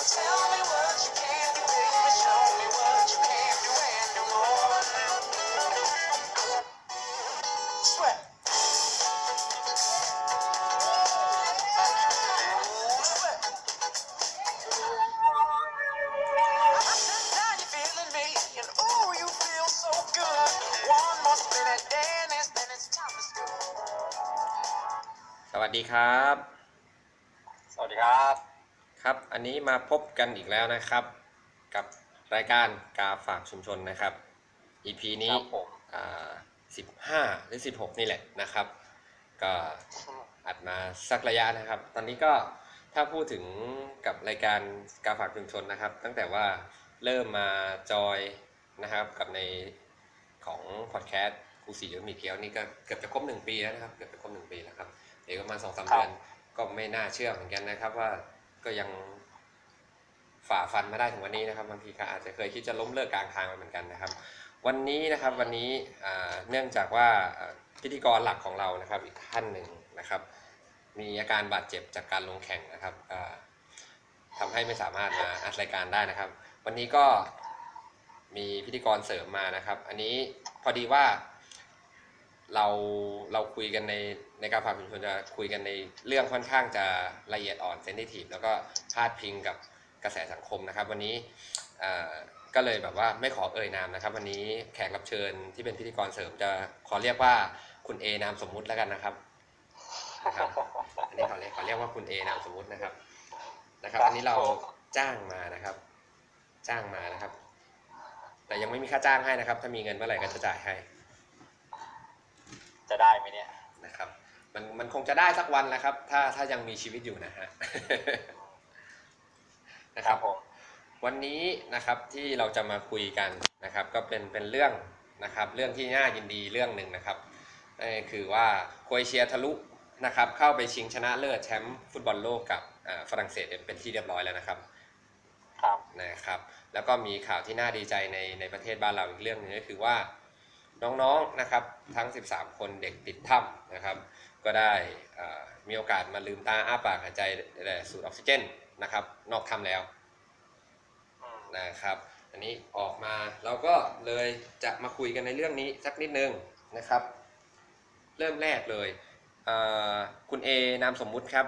Tell me what you can do, baby. Show me what you can do and do more. Sweat. Now you're feeling me, and ooh, you feel so good. One more spin it, then it's time to school. สวัสดีครับสวัสดีครับครับอันนี้มาพบกันอีกแล้วนะครับกับรายการกาฝากชุมชนนะครับ EP นี้15 หรือ 16 นี่แหละนะครับก็อัดมาสักระยะนะครับ ตอนนี้ก็ถ้าพูดถึงกับรายการกาฝากชุมชนนะครับตั้งแต่ว่าเริ่มมาจอยนะครับกับในของพอดแคสต์ครูสีมีเกียวนี่ก็เกือบจะครบ1 ปีแล้วนะครับเกือบจะครบ1 ปีแล้วครับเดี๋ยวประมาณ 2-3 เดือนก็ไม่น่าเชื่อเหมือนกันนะครับว่าก็ยังฝ่าฟันมาได้ถึงวันนี้นะครับบางทีก็อาจจะเคยคิดจะล้มเลิกกลางทางเหมือนกันนะครับวันนี้เนื่องจากว่าพิธีกรหลักของเรานะครับอีกท่านหนึ่งนะครับมีอาการบาดเจ็บจากการลงแข่งนะครับทำให้ไม่สามารถมาอัดรายการได้นะครับวันนี้ก็มีพิธีกรเสริมมานะครับอันนี้พอดีว่าเราคุยกันในการฝากชุมชนจะคุยกันในเรื่องค่อนข้างจะละเอียดอ่อนเซนซิทีฟแล้วก็พาดพิงกับกระแสสังคมนะครับวันนี้ก็เลยแบบว่าไม่ขอเอ่ยนามนะครับวันนี้แขกรับเชิญที่เป็นพิธีกรเสริมจะขอเรียกว่าคุณเอนามสมมุติแล้วกันนะครับอันนี้ขอเรียกว่าคุณเอนามสมมุตินะครับอันนี้เราจ้างมานะครับแต่ยังไม่มีค่าจ้างให้นะครับถ้ามีเงินเมื่อไหร่ก็จะจ่ายให้จะได้ไหมเนี่ยนะครับมันคงจะได้สักวันแหละครับถ้ายังมีชีวิตอยู่นะฮะ นะครับวันนี้นะครับที่เราจะมาคุยกันนะครับก็เป็นเรื่องนะครับเรื่องที่น่ายินดีเรื่องหนึ่งนะครับนั่นคือว่าโครเอเชียทะลุนะครับเข้าไปชิงชนะเลิศแชมป์ฟุตบอลโลกกับฝรั่งเศสเป็นที่เรียบร้อยแล้วนะครับนะครับแล้วก็มีข่าวที่น่าดีใจในประเทศบ้านเราอีกเรื่องนึงก็คือว่าน้องๆนะครับทั้ง13คนเด็กติดถ้ำนะครับก็ได้มีโอกาสมาลืมตาอ้าปากหายใจสูดออกซิเจนนะครับนอกถ้ำแล้วนะครับอันนี้ออกมาเราก็เลยจะมาคุยกันในเรื่องนี้สักนิดนึงนะครับเริ่มแรกเลยคุณเอนามสมมุติครับ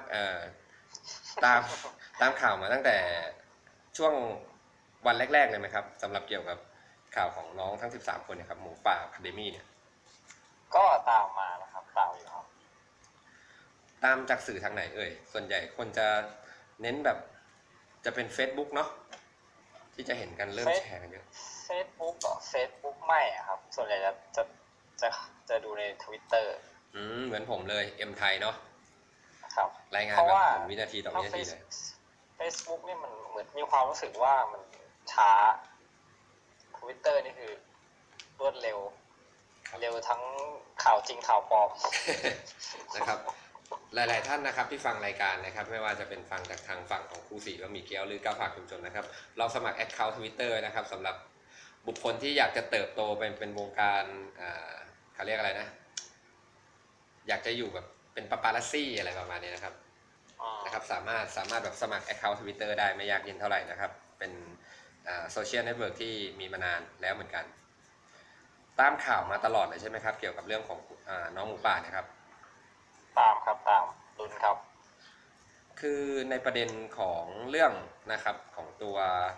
ตามข่าวมาตั้งแต่ช่วงวันแรกๆเลยไหมครับสำหรับเกี่ยวกับข่าวของน้องทั้ง13คนนะครับหมูป่าอะคาเดมี่เนี่ยก็ตามมาแล้วครับตามอยู่ครับตามจากสื่อทางไหนเอ่ยส่วนใหญ่คนจะเน้นแบบจะเป็น Facebook เนาะที่จะเห็นกันเริ่มแชร์กันเยอะ Facebook ไม่อะครับส่วนใหญ่จะดูใน Twitter เหมือนผมเลยเอ็มไทยเนาะครับรายงานแบบวินาทีต่อวินาทีเลย Facebook นี่มันเหมือนมีความรู้สึกว่ามันช้า Twitter นี่คือรวดเร็วทั้งข่าวจริงข่าวปลอมนะครับหลายๆท่านนะครับที่ฟังรายการนะครับไม่ว่าจะเป็นฟังจากทางฝั่งของครูสีบะหมี่เกี๊ยวหรือกาฝากชุมชนนะครับเราสมัคร Account Twitter นะครับสำหรับบุคคลที่อยากจะเติบโตเป็นวงการเขาเรียกอะไรนะอยากจะอยู่แบบเป็นปาปารัสซี่อะไรประมาณนี้นะครับสามารถแบบสมัคร Account Twitter ได้ไม่ยากเย็นเท่าไหร่นะครับเป็นโซเชียลเน็ตเวิร์กที่มีมานานแล้วเหมือนกันตามข่าวมาตลอดเลยใช่ไหมครับเกี่ยวกับเรื่องของน้องหมูป่านะครับตามลุ้นครับคือในประเด็นของเรื่องนะครับของตัว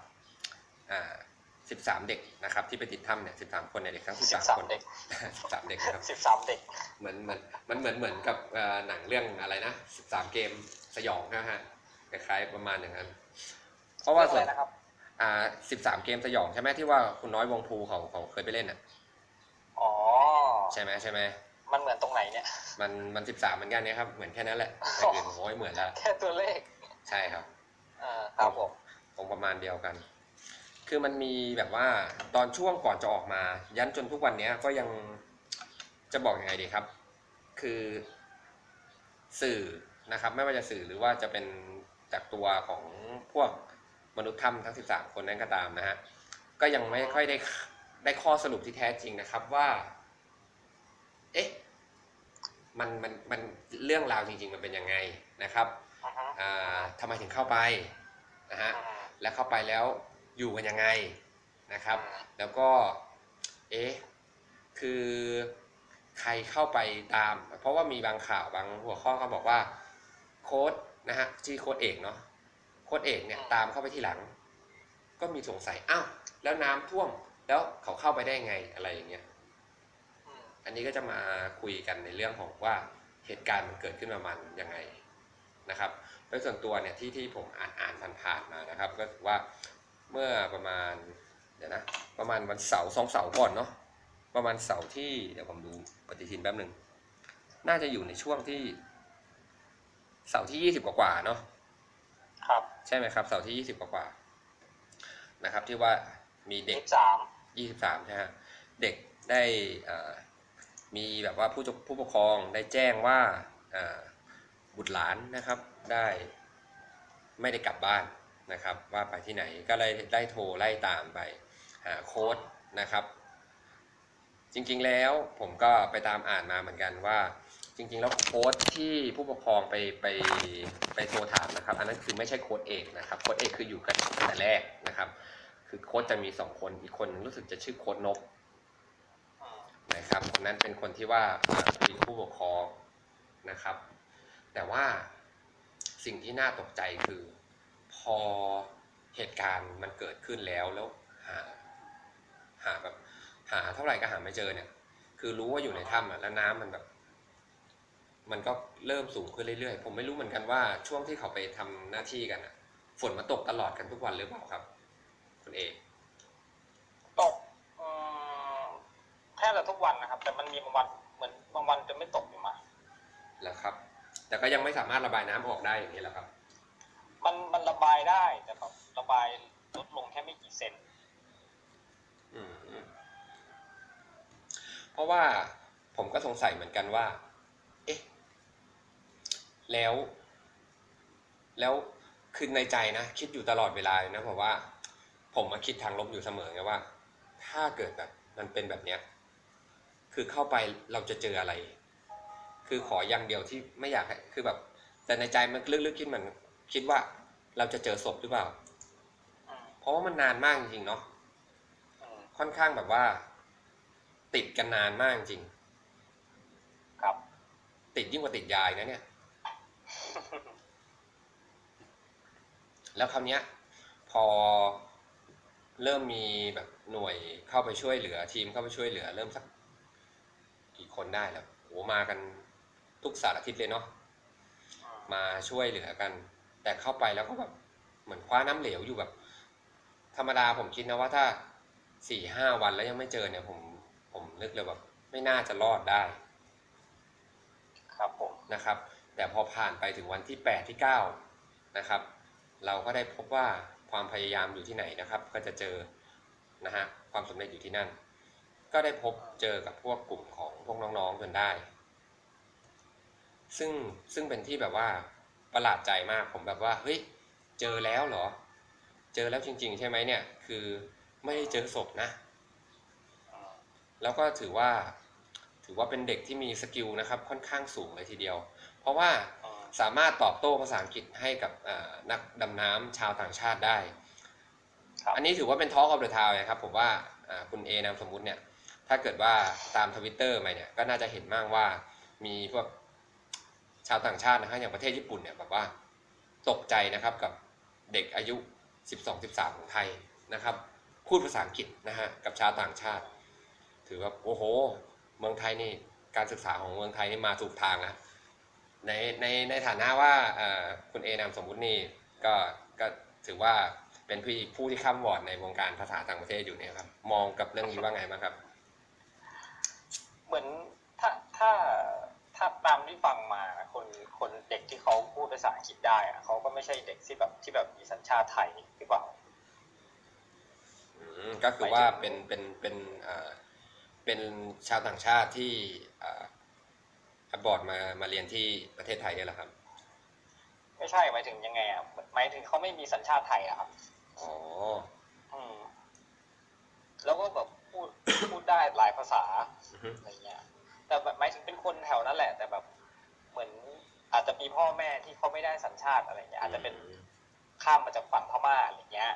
13เด็กนะครับที่ไปติดถ้ำเนี่ย13คนในเด็กทั้ง13คน13เด็กนะครับ 13เด็กเหมือนกับหนังเรื่องอะไรนะ13เกมสยองนะฮะคล้ายๆประมาณอย่างนั้นเพราะว่าส่วน13เกมสยองใช่ไหมที่ว่าคุณน้อยวงภูเขาเคยไปเล่นอ่ะอ๋อใช่ไหมมันเหมือนตรงไหนเนี่ยมัน13เหมือนกันเนี่ยครับเหมือนแค่นั้นแหละแต่อื่นโอ้ยเหมือนแล้วแค่ตัวเลขใช่ครับครับผมประมาณเดียวกันคือมันมีแบบว่าตอนช่วงก่อนจะออกมายันจนทุกวันนี้ก็ยังจะบอกยังไงดีครับคือสื่อนะครับไม่ว่าจะสื่อหรือว่าจะเป็นจากตัวของพวกมนุษย์ถ้ำทั้ง13คนนั้นก็ตามนะฮะก็ยังไม่ค่อยได้ข้อสรุปที่แท้จริงนะครับว่าเอ๊ะมันเรื่องราวจริงๆมันเป็นยังไงนะครับทำไมถึงเข้าไปนะฮะแล้วเข้าไปแล้วอยู่กันยังไงนะครับแล้วก็คือใครเข้าไปตามเพราะว่ามีบางข่าวบางหัวข้อเขาบอกว่าโค้ชนะฮะชื่อโค้ชเอกเนาะโค้ชเอกเนี่ยตามเข้าไปทีหลังก็มีสงสัยอ้าวแล้วน้ำท่วมแล้วเขาเข้าไปได้ไงอะไรอย่างเงี้ยอันนี้ก็จะมาคุยกันในเรื่องของว่าเหตุการณ์มันเกิดขึ้นประมาณยังไงนะครับโดยส่วนตัวเนี่ยที่ผมอ่านผ่านๆมานะครับก็ถือว่าเมื่อประมาณประมาณวันเสาร์2 เสาร์ก่อนเนาะประมาณเสาร์ที่เดี๋ยวผมดูปฏิทินแป๊บหนึ่งน่าจะอยู่ในช่วงที่เสาร์ที่20กว่าเนาะครับใช่ไหมครับเสาร์ที่20กว่านะครับที่ว่ามีเด็ก23ใช่ฮะเด็กได้มีแบบว่าผู้ปกครองได้แจ้งว่าบุตรหลานนะครับได้ไม่ได้กลับบ้านนะครับว่าไปที่ไหนก็เลยได้โทรไล่ตามไปหาโค้ชนะครับจริงๆแล้วผมก็ไปตามอ่านมาเหมือนกันว่าจริงๆแล้วโค้ชที่ผู้ปกครองไปโทรถามนะครับอันนั้นคือไม่ใช่โค้ชเอกนะครับโค้ชเอกคืออยู่กันแต่แรกนะครับคือโค้ชจะมี2คนอีกคนรู้สึกจะชื่อโค้ชนกนะครับคนนั้นเป็นคนที่ว่าคุยกับผู้ปกครองนะครับแต่ว่าสิ่งที่น่าตกใจคือพอเหตุการณ์มันเกิดขึ้นแล้วหาแบบหาเท่าไหร่ก็หาไม่เจอเนี่ยคือรู้ว่าอยู่ในถ้ำแล้วน้ำมันแบบมันก็เริ่มสูงขึ้นเรื่อยๆผมไม่รู้เหมือนกันว่าช่วงที่เขาไปทำหน้าที่กันฝนมาตกตลอดกันทุกวันหรือเปล่าครับคุณเอกตกแทบจะทุกวันนะครับแต่มันมีบางวันเหมือนบางวันจะไม่ตกอยู่มาแล้วครับแต่ก็ยังไม่สามารถระบายน้ำออกได้อย่างนี้แหละครับมันระบายได้แต่แบบระบายลดลงแค่ไม่กี่เซนเพราะว่าผมก็สงสัยเหมือนกันว่าเอ๊ะแล้วคือในใจนะคิดอยู่ตลอดเวลานะเพราะว่าผมมาคิดทางลบอยู่เสมอไงว่าถ้าเกิดแบบมันเป็นแบบเนี้ยคือเข้าไปเราจะเจออะไรคือขออย่างเดียวที่ไม่อยากให้คือแบบแต่ในใจมันลึกๆคิดว่าเราจะเจอศพหรือเปล่าเพราะว่ามันนานมากจริงๆเนาะค่อนข้างแบบว่าติดกันนานมากจริงครับติดยิ่งกว่าติดยานะเนี่ยแล้วคราวนี้พอเริ่มมีแบบหน่วยเข้าไปช่วยเหลือทีมเข้าไปช่วยเหลือเริ่มสักกี่คนได้แล้วโหมากันทุกสารทิศเลยเนาะมาช่วยเหลือกันแต่เข้าไปแล้วก็แบบเหมือนคว้าน้ำเหลวอยู่แบบธรรมดาผมคิดนะว่าถ้า 4-5 วันแล้วยังไม่เจอเนี่ยผมนึกเลยแบบไม่น่าจะรอดได้ครับผมนะครับแต่พอผ่านไปถึงวันที่8ที่9นะครับเราก็ได้พบว่าความพยายามอยู่ที่ไหนนะครับก็จะเจอนะฮะความสำเร็จอยู่ที่นั่นก็ได้พบเจอกับพวกกลุ่มของพวกน้องๆจนได้ซึ่งเป็นที่แบบว่าประหลาดใจมากผมแบบว่าเฮ้ยเจอแล้วเหรอเจอแล้วจริงๆใช่ไหมเนี่ยคือไม่ได้เจอศพนะแล้วก็ถือว่าเป็นเด็กที่มีสกิลนะครับค่อนข้างสูงเลยทีเดียวเพราะว่าสามารถตอบโต้ภาษาอังกฤษให้กับนักดำน้ำชาวต่างชาติได้อันนี้ถือว่าเป็น Talk of the Town นะครับผมว่าคุณเอนามสมมุติเนี่ยถ้าเกิดว่าตาม Twitter มาเนี่ยก็น่าจะเห็นมากว่ามีพวกชาวต่างชาตินะครับอย่างประเทศญี่ปุ่นเนี่ยแบบว่าตกใจนะครับกับเด็กอายุ12-13ของไทยนะครับพูดภาษาอังกฤษนะฮะกับชาวต่างชาติถือว่าโอ้โหเมืองไทยนี่การศึกษาของเมืองไทยนี่มาถูกทางแล้วในฐานะว่าคุณเอนามสมมุตินี่ก็ถือว่าเป็นผู้ที่ข้ามวอร์ดในวงการภาษาต่างประเทศอยู่เนี่ยครับมองกับเรื่องนี้ว่าไงบ้างครับเหมือนถ้าตามที่ฟังมาคนเด็กที่เขาพูดภาษาอังกฤษได้อะเขาก็ไม่ใช่เด็กที่แบบมีสัญชาติไทยหรือเปล่าก็คือว่าเป็นชาวต่างชาติที่บอร์ดมาเรียนที่ประเทศไทยนี่แหละครับไม่ใช่หมายถึงยังไงอ่ะหมายถึงเขาไม่มีสัญชาติไทยอะครับอ๋อแล้วก็แบบพูดได้หลายภาษาอะไรเงี้ยแต่หมายถึงเป็นคนแถวนั้นแหละแต่แบบเหมือนอาจจะมีพ่อแม่ที่เขาไม่ได้สัญชาติอะไรเงี้ยอาจจะเป็นข้ามมาจากฝั่งพม่าอะไรเงี้ย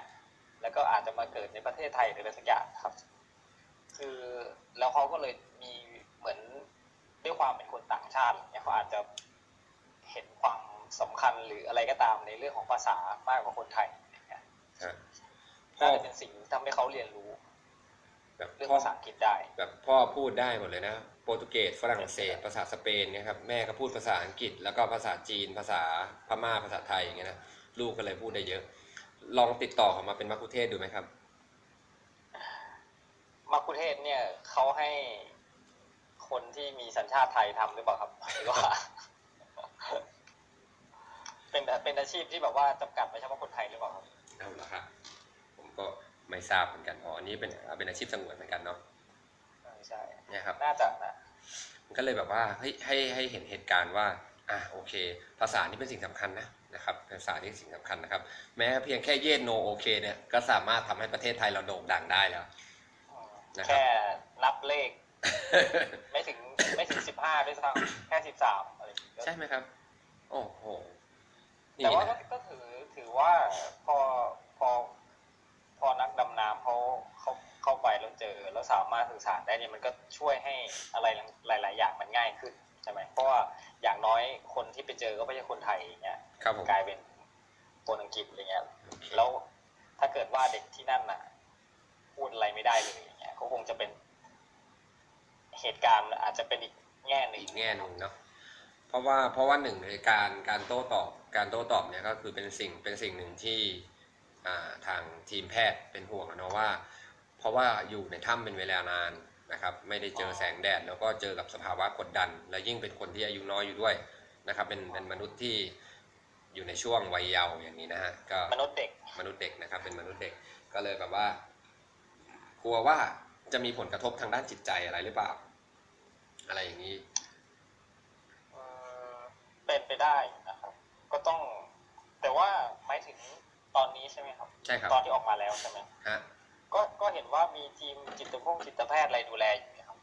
มาเกิดในประเทศไทยหรืออะไรสักอย่างครับคือแล้วเขาก็เลยมีเหมือนด้วยความเป็นคนต่างชาติเนี่ยเขาอาจจะเห็นความสำคัญหรืออะไรก็ตามในเรื่องของภาษามากกว่าคนไทยเนี่ยน่าจะเป็นสิ่งที่ทำให้เขาเรียนรู้แบบเรื่องภาษาอังกฤษได้แบบพ่อพูดได้หมดเลยนะโปรตุเกสฝรั่งเศสภาษาสเปนเนี่ยครับแม่ก็พูดภาษาอังกฤษแล้วก็ภาษาจีนภาษาพม่าภาษาไทยอย่างเงี้ยนะลูกก็เลยพูดได้เยอะลองติดต่อเขามาเป็นมัคคุเทศก์ดูไหมครับมัคคุเทศก์เนี่ยเขาให้คนที่มีสัญชาติไทยทำหรือเปล่าครับหรือว่าเป็นอาชีพที่แบบว่าจำกัดไปเฉพาะคนไทยหรือเปล่าครับเอาละครับผมก็ไม่ทราบเหมือนกันอันนี้เป็นอาชีพสงวนเหมือนกันเนาะใช่เนี่ยครับน่าจะนะมันก็เลยแบบว่าให้เห็นเหตุการณ์ว่าโอเคภาษานี่เป็นสิ่งสำคัญนะครับภาษานี่สิ่งสำคัญนะครับแม้เพียงแค่เยสโนโอเคเนี่ยก็สามารถทำให้ประเทศไทยเราโด่งดังได้แล้วแค่นับเลขไม่ถึง15ด้วยซ้ำแค่13อะไรใช่ไหมครับโอ้โหแต่ว่าก็ถือว่าพอนักดำน้ำเขาเข้าไปแล้วเจอแล้วสามารถสื่อสารได้เนี่ยมันก็ช่วยให้อะไรหลายๆอย่างมันง่ายขึ้นใช่ไหมเพราะว่าอย่างน้อยคนที่ไปเจอก็ไม่ใช่คนไทยเนี่ยกลายเป็นคนอังกฤษอะไรเงี้ยแล้วถ้าเกิดว่าเด็กที่นั่นน่ะพูดอะไรไม่ได้เลยอย่างเงี้ยก็คงจะเป็นเหตุการณ์อาจจะเป็นอีกแง่หนึ่งเนาะเพราะว่าหนึ่งในการโต้ตอบเนี่ยก็คือเป็นสิ่งหนึ่งที่ทางทีมแพทย์เป็นห่วงนะว่าเพราะว่าอยู่ในถ้ำเป็นเวลานานนะครับไม่ได้เจอแสงแดดแล้วก็เจอกับสภาวะกดดันและยิ่งเป็นคนที่อายุน้อยอยู่ด้วยนะครับเป็นมนุษย์ที่อยู่ในช่วงวัยเยาว์อย่างนี้นะฮะก็มนุษย์เด็กนะครับเป็นมนุษย์เด็กก็เลยแบบว่ากลัวว่าจะมีผลกระทบทางด้านจิตใจอะไรหรือเปล่าอะไรอย่างนี้เป็นไปได้นะครับก็ต้องแต่ว่าหมายถึงตอนนี้ใช่ไหมครับใช่ครับตอนที่ออกมาแล้วใช่ไหมฮะก็เห็นว่ามีทีมจิตแพทย์อะไรดูแลอยู่ครับ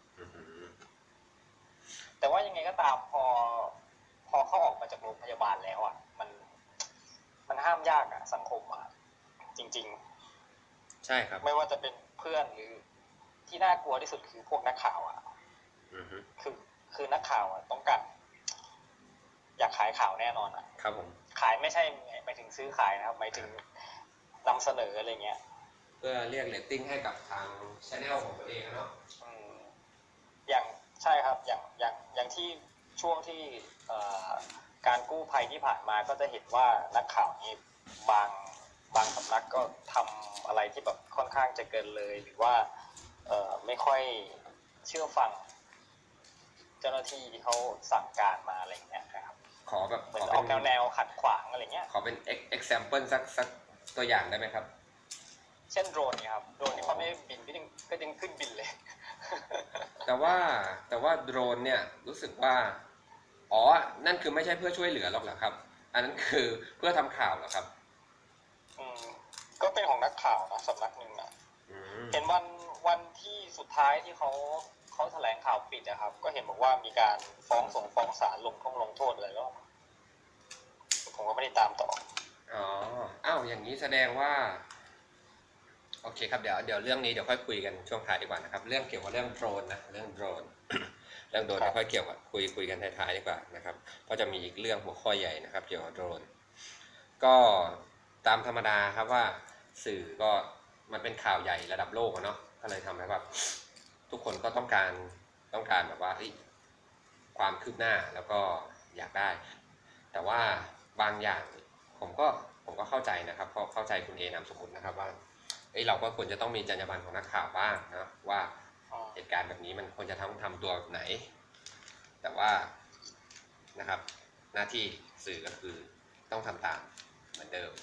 แต่ว่ายังไงก็ตามพอเขาออกมาจากโรงพยาบาลแล้วอ่ะมันห้ามยากอ่ะสังคมอ่ะจริงๆใช่ครับไม่ว่าจะเป็นเพื่อนหรือที่น่ากลัวที่สุดคือพวกนักข่าวอ่ะคือนักข่าวอ่ะต้องการอยากขายข่าวแน่นอนอ่ะครับผมขายไม่ใช่หมายถึงซื้อขายนะครับหมายถึงนำเสนออะไรเงี้ยเพื่อเรียกเรตติ้งให้กับทางชาแนลของตัวเองเนาะอย่างใช่ครับอย่างที่ช่วงที่การกู้ภัยที่ผ่านมาก็จะเห็นว่านักข่าวนี่บางสำนักก็ทำอะไรที่แบบค่อนข้างจะเกินเลยหรือว่าไม่ค่อยเชื่อฟังเจ้าหน้าที่ที่เขาสั่งการมาอะไรเงี้ยครับขอแบบเหมือนออกแนวขัดขวางอะไรเงี้ยขอเป็น example สักตัวอย่างได้ไหมครับเช่นโดรนเนี่ยครับโดรนนี่เขาไม่บินก็ยังขึ้นบินเลยแต่ว่าโดรนเนี่ยรู้สึกว่านั่นคือไม่ใช่เพื่อช่วยเหลือหรอกเหรอครับอันนั้นคือเพื่อทำข่าวเหรอครับก็เป็นของนักข่าวนะสำนักหนึ่งนะเห็นวันที่สุดท้ายที่เขาแถลงข่าวปิดนะครับก็เห็นบอกว่ามีการฟ้องศาลลงโทษเลยแล้วผมก็ไม่ได้ตามต่ออย่างนี้แสดงว่าโอเคครับเดี๋ยวเรื่องนี้เดี๋ยวค่อยคุยกันช่วงท้ายดีกว่านะครับเรื่องเกี่ยวกับเรื่องโดรนนะเรื่องโดรนเดี๋ยวค่อยเกี่ยวกับคุยกันท้ายๆดีกว่านะครับเพราะจะมีอีกเรื่องหัวข้อใหญ่นะครับเกี่ยวกับโดรนก็ตามธรรมดาครับว่าสื่อก็มันเป็นข่าวใหญ่ระดับโลกเนาะก็เลยทำให้แบบทุกคนก็ต้องการแบบว่าความคืบหน้าแล้วก็อยากได้แต่ว่าบางอย่างผมก็เข้าใจนะครับเข้าใจคุณเอนามสมมุตินะครับว่าเราก็ควรจะต้องมีจรรยาบรรณของนักข่าวบ้างนะว่าเหตุการณ์แบบนี้มันควรจะทำตัวแบบไหนแต่ว่านะครับหน้าที่สื่อก็คือต้องทำตามเหมือนเดิม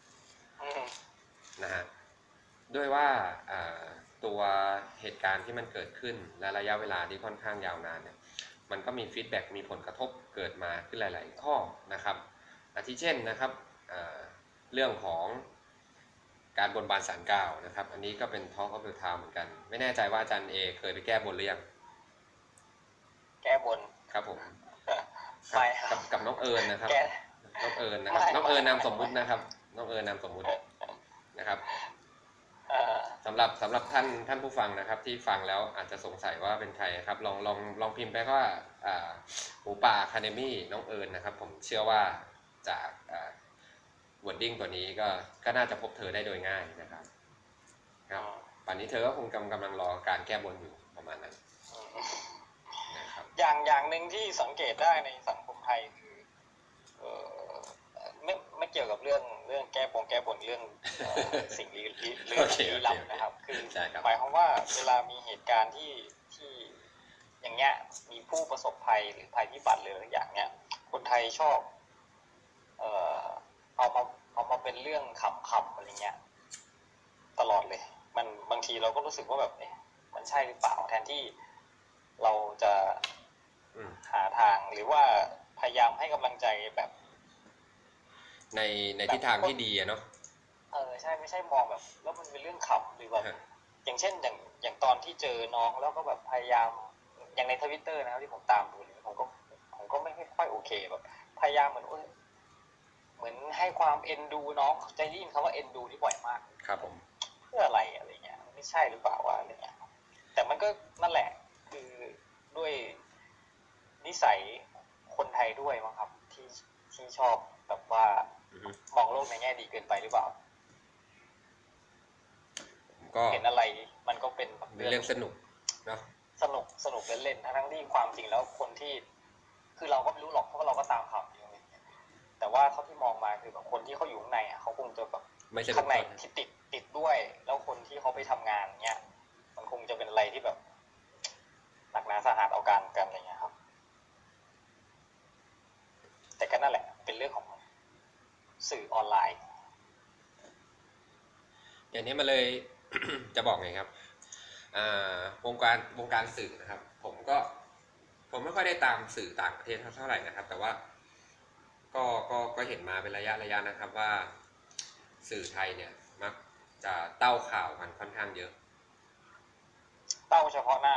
นะฮะด้วยว่าตัวเหตุการณ์ที่มันเกิดขึ้นและระยะเวลาที่ค่อนข้างยาวนานเนี่ยมันก็มีฟีดแบ็กมีผลกระทบเกิดมาขึ้นหลายๆข้อนะครับอาทิเช่นนะครับเรื่องของการบนบานศาลกล่าวนะครับอันนี้ก็เป็น Talk of the Town เหมือนกันไม่แน่ใจว่าอาจารย์เอเคยไปแก้บนหรือยังแก้บนครับผมไปกับน้องเอิญนะครับน้องเอิญนะครับน้องเอิญนามสมมุตินะครับน้องเอิญนามสมมุตินะครับสำหรับท่านผู้ฟังนะครับที่ฟังแล้วอาจจะสงสัยว่าเป็นใครครับลองพิมพ์ไปว่าหมูป่าอะคาเดมี่น้องเอิญนะครับผมเชื่อว่าจากวอร์ดดิ้งตัวนี้ก็น่าจะพบเธอได้โดยง่ายนะครับครับป่านนี้เธอก็คงกำลังรอการแก้บนอยู่ประมาณนั้นนะครับอย่างหนึ่งที่สังเกตได้ในสังคมไทยคือไม่เกี่ยวกับเรื่องแก้บนเรื่องสิ่งลี้ลับนะครับคือหมายความว่าเวลามีเหตุการณ์ที่อย่างเงี้ยมีผู้ประสบภัยหรือภัยพิบัติหรืออย่างเงี้ยคนไทยชอบเอามาเป็นเรื่องขำๆอะไรเงี้ยตลอดเลยมันบางทีเราก็รู้สึกว่าแบบมันใช่หรือเปล่าแทนที่เราจะหาทางหรือว่าพยายามให้กำลังใจแบบในทิศทางที่ดีอะเนาะใช่ไม่ใช่มองแบบแล้วมันเป็นเรื่องขำหรือแบบอย่างเช่นอย่างตอนที่เจอน้องแล้วก็แบบพยายามอย่างใน Twitter นะครับที่ผมตามดูผมก็ไม่ค่อยโอเคแบบพยายามเหมือนให้ความเอ็นดูน้องจะได้ยินคำว่าเอ็นดูที่บ่อยมากครับผมเพื่ออะไรเงี้ยไม่ใช่หรือเปล่าวะอะไรเงี้ยแต่มันก็นั่นแหละคือด้วยนิสัยคนไทยด้วยมั้งครับที่ชอบแบบว่ามองโลกในแง่ดีเกินไปหรือเปล่าก็เห็นอะไรมันก็เป็นเรื่องสนุกเนาะสนุกเล่นๆทั้งที่ความจริงแล้วคนที่คือเราก็ไม่รู้หรอกเพราะว่าเราก็ตามข่าวอยู่แต่ว่าเขาที่มองมาคือแบบคนที่เขาอยู่ข้างในเขาคงจะแบบข้างในที่ติดด้วยแล้วคนที่เขาไปทำงานเงี้ยมันคงจะเป็นอะไรที่แบบหนักหนาสาหัสเอากันอะไรเงี้ยครับแต่ก็นั่นแหละเป็นเรื่องของสื่อออนไลน์อย่างนี้มาเลย จะบอกไงครับวงการสื่อนะครับผมไม่ค่อยได้ตามสื่อต่างประเทศเท่าไหร่นะครับแต่ว่าก็เห็นมาเป็นระยะนะครับว่าสื่อไทยเนี่ยมักจะเต้าข่าวกันค่อนข้างเยอะเต้าเฉพาะหน้า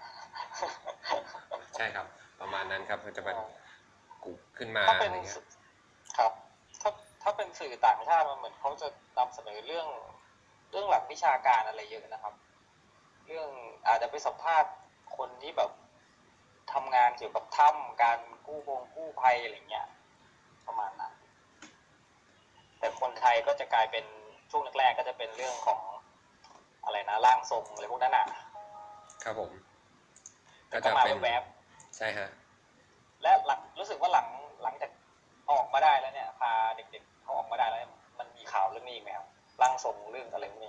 ใช่ครับประมาณนั้นครับมันจะเป็นกุขึ้นมาอะไรเงี้ยครับถ้าเป็นสื่อต่างชาติมันเหมือนเขาจะนำเสนอเรื่องหลักวิชาการอะไรเยอะนะครับเรื่องอาจจะไปสัมภาษณ์คนที่แบบทำงานเกี่ยวกับถ้ำการกู้ภัยอะไรเงี้ยประมาณนั้นแต่คนไทยก็จะกลายเป็นช่วงแรกๆก็จะเป็นเรื่องของอะไรนะร่างทรงอะไรพวกนั้นครับผมก็จะเป็นแวบใช่ฮะและรู้สึกว่าหลังจากออกมาได้แล้วเนี่ยพาเด็กๆเขาออกมาได้แล้วมันมีข่าวเรื่องนี้ไหมครับร่างทรงเรื่องอะไรพวกนี้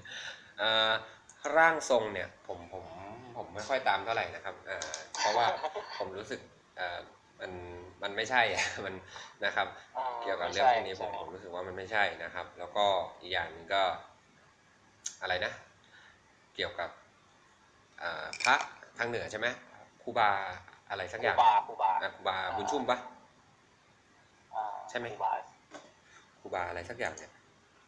ร่างทรงเนี่ยผมไม่ค่อยตามเท่าไหร่นะครับเพราะว่าผมรู้สึกมันไม่ใช่มันนะครับเกี่ยวกับเรื่องพวกนี้ผมรู้สึกว่ามันไม่ใช่นะครับแล้วก็อีกอย่างนึงก็อะไรนะเกี่ยวกับพระทางเหนือใช่ไหมครูบาอะไรสักอย่างครูบาบุญชุ่มปะใช่ไหมครูบาอะไรสักอย่างเนี่ย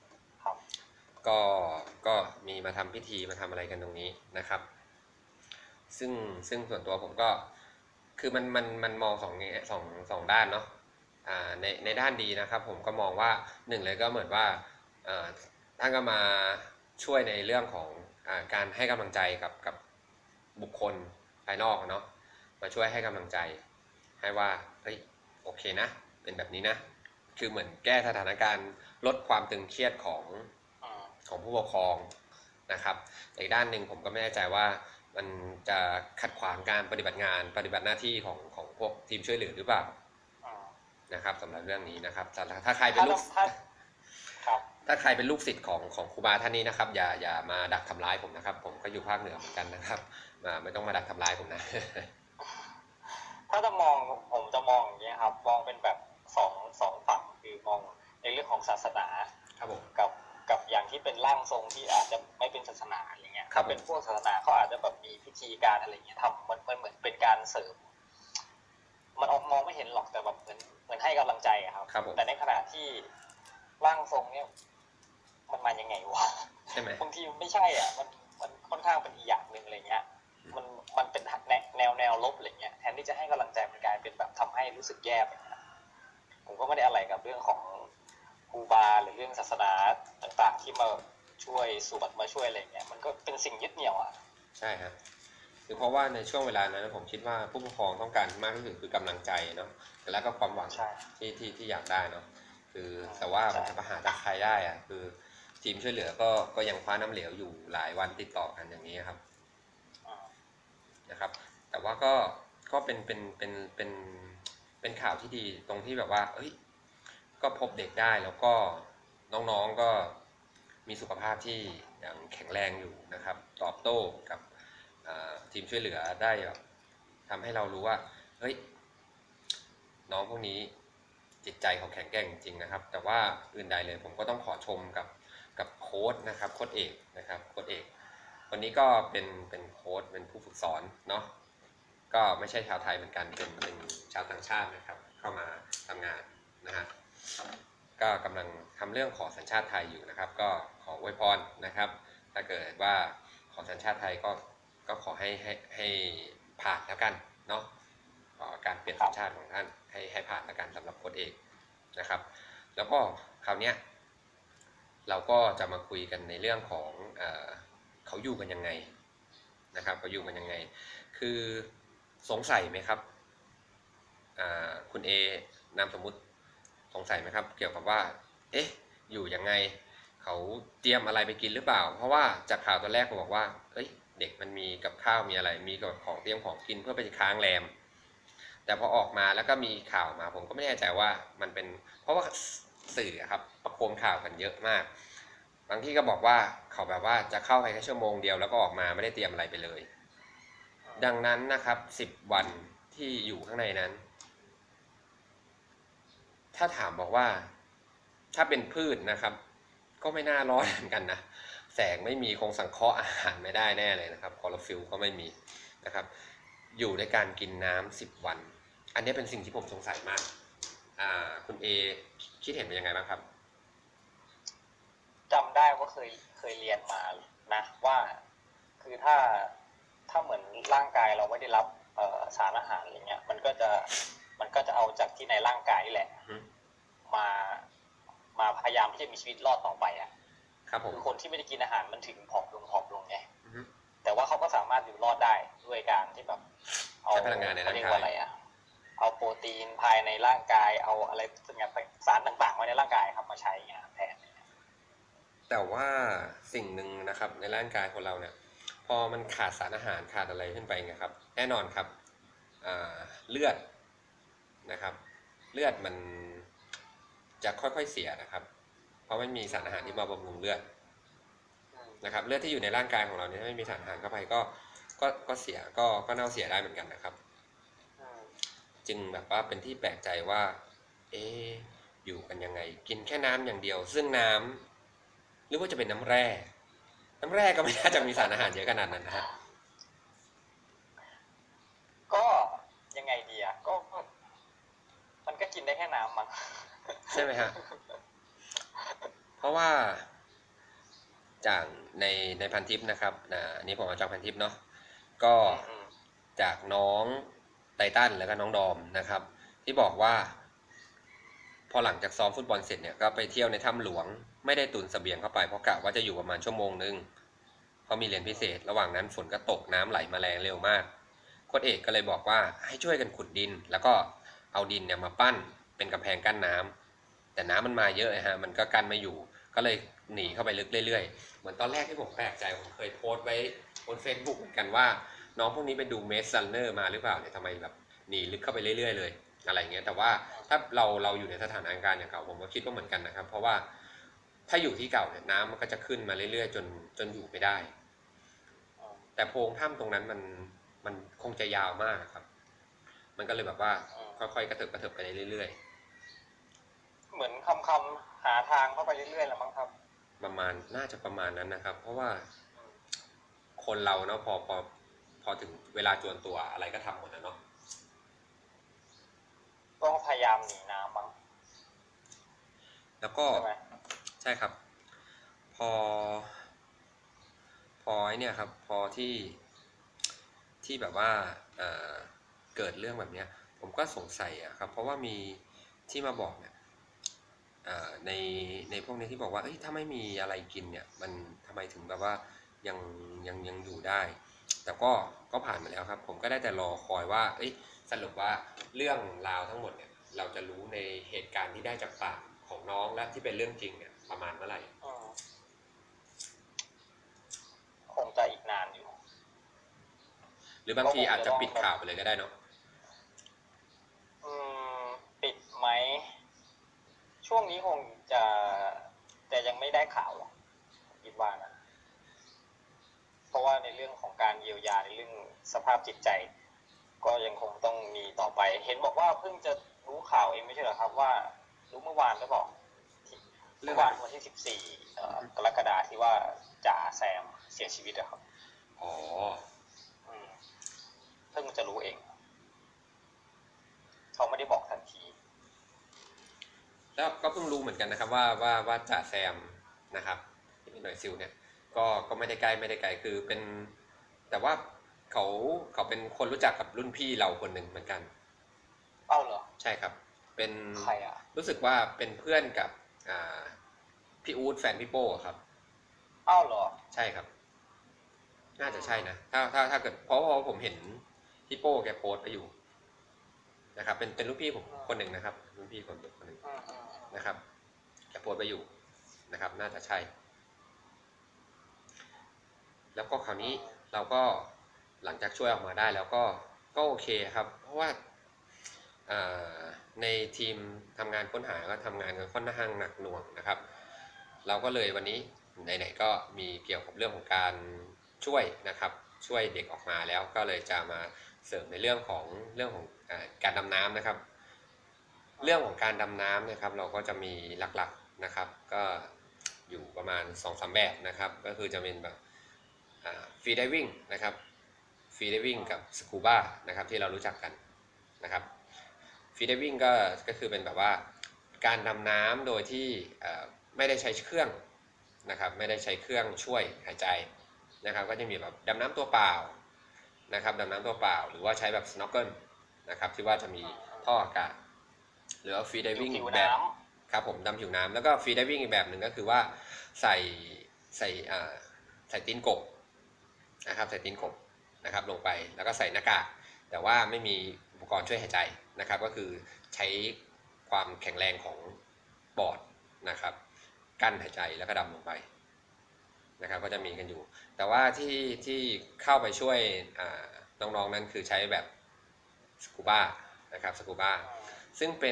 ก็มีมาทำพิธีมาทำอะไรกันตรงนี้นะครับซึ่งส่วนตัวผมก็คือมันมองสองด้านเนาะในด้านดีนะครับผมก็มองว่าหนึ่งเลยก็เหมือนว่าท่านก็มาช่วยในเรื่องของการให้กำลังใจกับบุคคลภายนอกเนาะมาช่วยให้กำลังใจให้ว่าเฮ้ยโอเคนะเป็นแบบนี้นะคือเหมือนแก้สถานการณ์ลดความตึงเครียดของผู้ปกครองนะครับอีกด้านหนึ่งผมก็ไม่แน่ใจว่ามันจะขัดขวางการปฏิบัติหน้าที่ของพวกทีมช่วยเหลือหรือเปล่านะครับสำหรับเรื่องนี้นะครับถ้าใครเป็นลูกศิษย์ของครูบาท่านนี้นะครับอย่ามาดักทำร้ายผมนะครับผมก็อยู่ภาคเหนือเหมือนกันนะครับไม่ต้องมาดักทำร้ายผมนะถ้าจะมองผมจะมองอย่างนี้ครับมองเป็นแบบสองฝั่งคือมองในเรื่องของศาสนาครับผมกับอย่างที่เป็นร่างทรงที่อาจจะไม่เป็นศาสนาอย่างเงี้ยถ้าเป็นพวกศาสนาเขาอาจจะแบบมีพิธีการอะไรเงี้ยทำมันเหมือนเป็นการเสริมมันออกมองไม่เห็นหรอกแต่แบบเหมือนให้กำลังใจครับแต่ในขณะที่ร่างทรงเนี่ยมันมายังไงวะใช่ไหมบางทีไม่ใช่มันค่อนข้างเป็นอีกอย่างนึงอะไรเงี้ยมันเป็นแนวลบอะไรเงี้ยแทนที่จะให้กำลังใจมันกลายเป็นแบบทำให้รู้สึกแย่ไปผมก็ไม่ได้อะไรกับเรื่องของครูบาหรือเรื่องศาสนาต่างๆที่มาช่วยสูบมาช่วยอะไรเงี้ยมันก็เป็นสิ่งยึดเหนี่ยวอ่ะใช่ครับคือเพราะว่าในช่วงเวลานั้นผมคิดว่าผู้ปกครองต้องการมากที่สุดคือกำลังใจเนาะแล้วก็ความหวังที่อยากได้เนาะคือแต่ว่ามันจะไปหาจากใครได้อะคือทีมช่วยเหลือก็ยังคว้าน้ำเหลวอยู่หลายวันติดต่อกันอย่างนี้ครับนะครับแต่ว่าก็เป็นข่าวที่ดีตรงที่แบบว่าเอ้ยก็พบเด็กได้แล้วก็น้องๆก็มีสุขภาพที่ยังแข็งแรงอยู่นะครับตอบโต้กับทีมช่วยเหลือได้แบบทำให้เรารู้ว่าเฮ้ยน้องพวกนี้จิตใจเขาแข็งแกร่งจริงนะครับแต่ว่าอื่นใดเลยผมก็ต้องขอชมกับโค้ชนะครับโค้ชเอกนะครับโค้ชเอกวันนี้ก็เป็นโค้ชเป็นผู้ฝึกสอนเนาะก็ไม่ใช่ชาวไทยเหมือนกันเป็นชาวต่างชาตินะครับเข้ามาทำงานนะฮะก็กำลังทำเรื่องขอสัญชาติไทยอยู่นะครับก็ขออวยพรนะครับถ้าเกิดว่าขอสัญชาติไทยก็ขอให้ผ่านแล้วกันเนาะขอการเปลี่ยนสัญชาติของท่านให้ผ่านแล้วกันสำหรับโค้ชเอกนะครับแล้วก็คราวนี้เราก็จะมาคุยกันในเรื่องของเขาอยู่กันยังไงนะครับเขาอยู่กันยังไงคือสงสัยไหมครับคุณเอนามสมมุติสงสัยไหมครับเกี่ยวกับว่าเอ๊ะอยู่ยังไงเขาเตรียมอะไรไปกินหรือเปล่าเพราะว่าจากข่าวตอนแรกผมบอกว่าเอ้ยเด็กมันมีกับข้าวมีอะไรมีกับของเตรียมของกินเพื่อไปค้างแรมแต่พอออกมาแล้วก็มีข่าวมาผมก็ไม่แน่ใจว่ามันเป็นเพราะว่าสื่อครับประโคมข่าวกันเยอะมากบางที่ก็บอกว่าเขาแบบว่าจะเข้าไปแค่ชั่วโมงเดียวแล้วก็ออกมาไม่ได้เตรียมอะไรไปเลยดังนั้นนะครับ10 วันที่อยู่ข้างในนั้นถ้าถามบอกว่าถ้าเป็นพืชนะครับก็ไม่น่ารอดเหมือนกันนะแสงไม่มีคงสังเคราะห์อาหารไม่ได้แน่เลยนะครับคลอโรฟิลล์ก็ไม่มีนะครับอยู่ในการกินน้ำ10 วันอันนี้เป็นสิ่งที่ผมสงสัยมากคุณเอคิดเห็นเป็นยังไงบ้างครับจำได้ว่าเคยเรียนมานะว่าคือถ้าเหมือนร่างกายเราไม่ได้รับสารอาหารอะไรเงี้ยมันก็จะเอาจากที่ในร่างกายนี่แหละมาพยายามที่จะมีชีวิตรอดต่อไปอ่ะครับผมคือคนที่ไม่ได้กินอาหารมันถึงผอมลงไงแต่ว่าเขาก็สามารถอยู่รอดได้ด้วยการที่แบบเอาพลังงานในร่างกายอะไรอ่ะเอาโปรตีนภายในร่างกายเอาอะไรสารต่างๆไว้ในร่างกายครับมาใช้งานแทนแต่ว่าสิ่งหนึ่งนะครับในร่างกายของเราเนี่ยพอมันขาดสารอาหารขาดอะไรขึ้นไปไงครับแน่นอนครับเลือดนะครับเลือดมันจะค่อยๆเสียนะครับเพราะไม่มีสารอาหารที่มาบำรุงเลือดนะครับเลือดที่อยู่ในร่างกายของเราเนี่ยไม่มีสารอาหารเข้าไปก็เสียก็เน่าเสียได้เหมือนกันนะครับจึงแบบว่าเป็นที่แปลกใจว่าอยู่กันยังไงกินแค่น้ำอย่างเดียวซึ่งน้ำหรือว่าจะเป็นน้ำแร่ก็ไม่น่าจะมีสารอาหารเยอะขนาดนั้นนะฮะก็ยังไงดีอ่ะก็มันก็กินได้แค่น้ำมั้งใช่ไหมฮะเพราะว่าจากในพันทิปนะครับอันนี้ผมเอาจากพันทิปเนาะก็จากน้องไททันแล้วก็น้องดอมนะครับที่บอกว่าพอหลังจากซ้อมฟุตบอลเสร็จเนี่ยก็ไปเที่ยวในถ้ำหลวงไม่ได้ตุนเสบียงเข้าไปเพราะกะว่าจะอยู่ประมาณชั่วโมงนึงเพราะมีเรียนพิเศษระหว่างนั้นฝนก็ตกน้ำไหลมาแรงเร็วมากโค้ชเอกก็เลยบอกว่าให้ช่วยกันขุดดินแล้วก็เอาดินเนี่ยมาปั้นเป็นกำแพงกั้นน้ำแต่น้ำมันมาเยอะฮะมันก็กั้นไม่อยู่ก็เลยหนีเข้าไปลึกเรื่อยๆเหมือนตอนแรกที่ผมแปลกใจผมเคยโพสต์ไว้บน Facebook เหมือนกันว่าน้องพวกนี้ไปดูเมสซันเนอร์มาหรือเปล่าเนี่ยทำไมแบบหนีลึกเข้าไปเรื่อยๆเลยอะไรเงี้ยแต่ว่าถ้าเราอยู่ในสถานการณ์อย่างเก่าผมก็คิดว่าเหมือนกันนะครับเพราะว่าถ้าอยู่ที่เก่าเนี่ยน้ำมันก็จะขึ้นมาเรื่อยๆจนอยู่ไม่ได้แต่โพรงถ้ำตรงนั้นมันคงจะยาวมากครับมันก็เลยแบบว่าค่อยๆกระเถิบไปเรื่อยๆเหมือนคำหาทางเข้าไปเรื่อยๆแล้วมั้งครับน่าจะประมาณนั้นนะครับเพราะว่าคนเราเนาะพอถึงเวลาจวนตัวอะไรก็ทำหมดนะเนาะก็พยายามหนีน้ำมั้งแล้วก็ใช่ครับพอไอ้เนี่ยครับพอที่แบบว่าเกิดเรื่องแบบเนี้ยผมก็สงสัยอะครับเพราะว่ามีที่มาบอกเนี่ยในพวกนี้ที่บอกว่าเอ้ยถ้าไม่มีอะไรกินเนี่ยมันทำไมถึงแบบว่ายังอยู่ได้แต่ก็ผ่านมาแล้วครับผมก็ได้แต่รอคอยว่าเอ้ยสรุปว่าเรื่องราวทั้งหมดเนี่ยเราจะรู้ในเหตุการณ์ที่ได้จากปากของน้องและที่เป็นเรื่องจริงเนี่ยประมาณเมื่อไหร่คงจะอีกนานอยู่หรือบางทีอาจจะปิดข่าวไปเลยก็ได้เนาะปิดไหมช่วงนี้คงจะแต่ยังไม่ได้ข่าวหรอกคิดว่านะเพราะว่าในเรื่องของการเยียวยาในเรื่องสภาพจิตใจก็ยังคงต้องมีต่อไปเห็นบอกว่าเพิ่งจะรู้ข่าวเองไม่ใช่เหรอครับว่ารู้เมื่อวานหรือเปล่าเมื่อวานวันที่14 กรกฎาคมที่ว่าจ่าแซมเสียชีวิตอะครับอ๋อเพิ่งจะรู้เองเขาไม่ได้บอกทันทีแล้วก็เพิ่งรู้เหมือนกันนะครับว่าจ่าแซมนะครับที่เป็นหน่วยซิลเนี่ยก็ไม่ได้ใกล้คือเป็นแต่ว่าเขาเป็นคนรู้จักกับรุ่นพี่เราคนหนึ่งเหมือนกันเอ้าเหรอใช่ครับเป็นใครอ่ะรู้สึกว่าเป็นเพื่อนกับพี่อู๊ดแฟนพี่โป้ครับเอ้าเหรอใช่ครับน่าจะใช่นะถ้าเกิดเพราะผมเห็นพี่โป้แกโพสต์ไปอยู่นะครับเป็นรุ่นพี่ผมคนหนึ่งนะครับรุ่นพี่คนหนึ่งนะครับแกโพสต์ไปอยู่นะครับน่าจะใช่แล้วก็คราวนี้เราก็หลังจากช่วยออกมาได้แล้วก็โอเคครับเพราะว่าในทีมทำงานค้นหาก็ทำงานกันค่อนข้างหนักหน่วงนะครับเราก็เลยวันนี้ไหนๆก็มีเกี่ยวกับเรื่องของการช่วยนะครับช่วยเด็กออกมาแล้วก็เลยจะมาเสริมในเรื่องของการดำน้ำนะครับเรื่องของการดำน้ำนะครับเราก็จะมีหลักๆนะครับก็อยู่ประมาณ 2-3 แบบนะครับก็คือจะเป็นแบบฟรีไดวิ่งนะครับฟรีไดวิ่งกับสกูบ้านะครับที่เรารู้จักกันนะครับฟรีไดวิ่งก็คือเป็นแบบว่าการดำน้ำโดยที่ไม่ได้ใช้เครื่องนะครับไม่ได้ใช้เครื่องช่วยหายใจนะครับก็จะมีแบบดำน้ำตัวเปล่านะครับดำน้ำตัวเปล่าหรือว่าใช้แบบ snorkel นะครับที่ว่าจะมีท่ออากาศหรือว่าฟรีไดวิ่งแบบครับผมดำผิวน้ำแล้วก็ฟรีไดวิ่งอีกแบบหนึ่งก็คือว่าใส่ตีนกบนะครับใส่ตีนกบนะครับลงไปแล้วก็ใส่หน้ากากแต่ว่าไม่มีอุปกรณ์ช่วยหายใจนะครับก็คือใช้ความแข็งแรงของปอดนะครับกั้นหายใจแล้วก็ดำลงไปนะครับก็จะมีกันอยู่แต่ว่าที่เข้าไปช่วยน้องๆนั้นคือใช้แบบสกูบ้านะครับสกูบ้าซึ่ง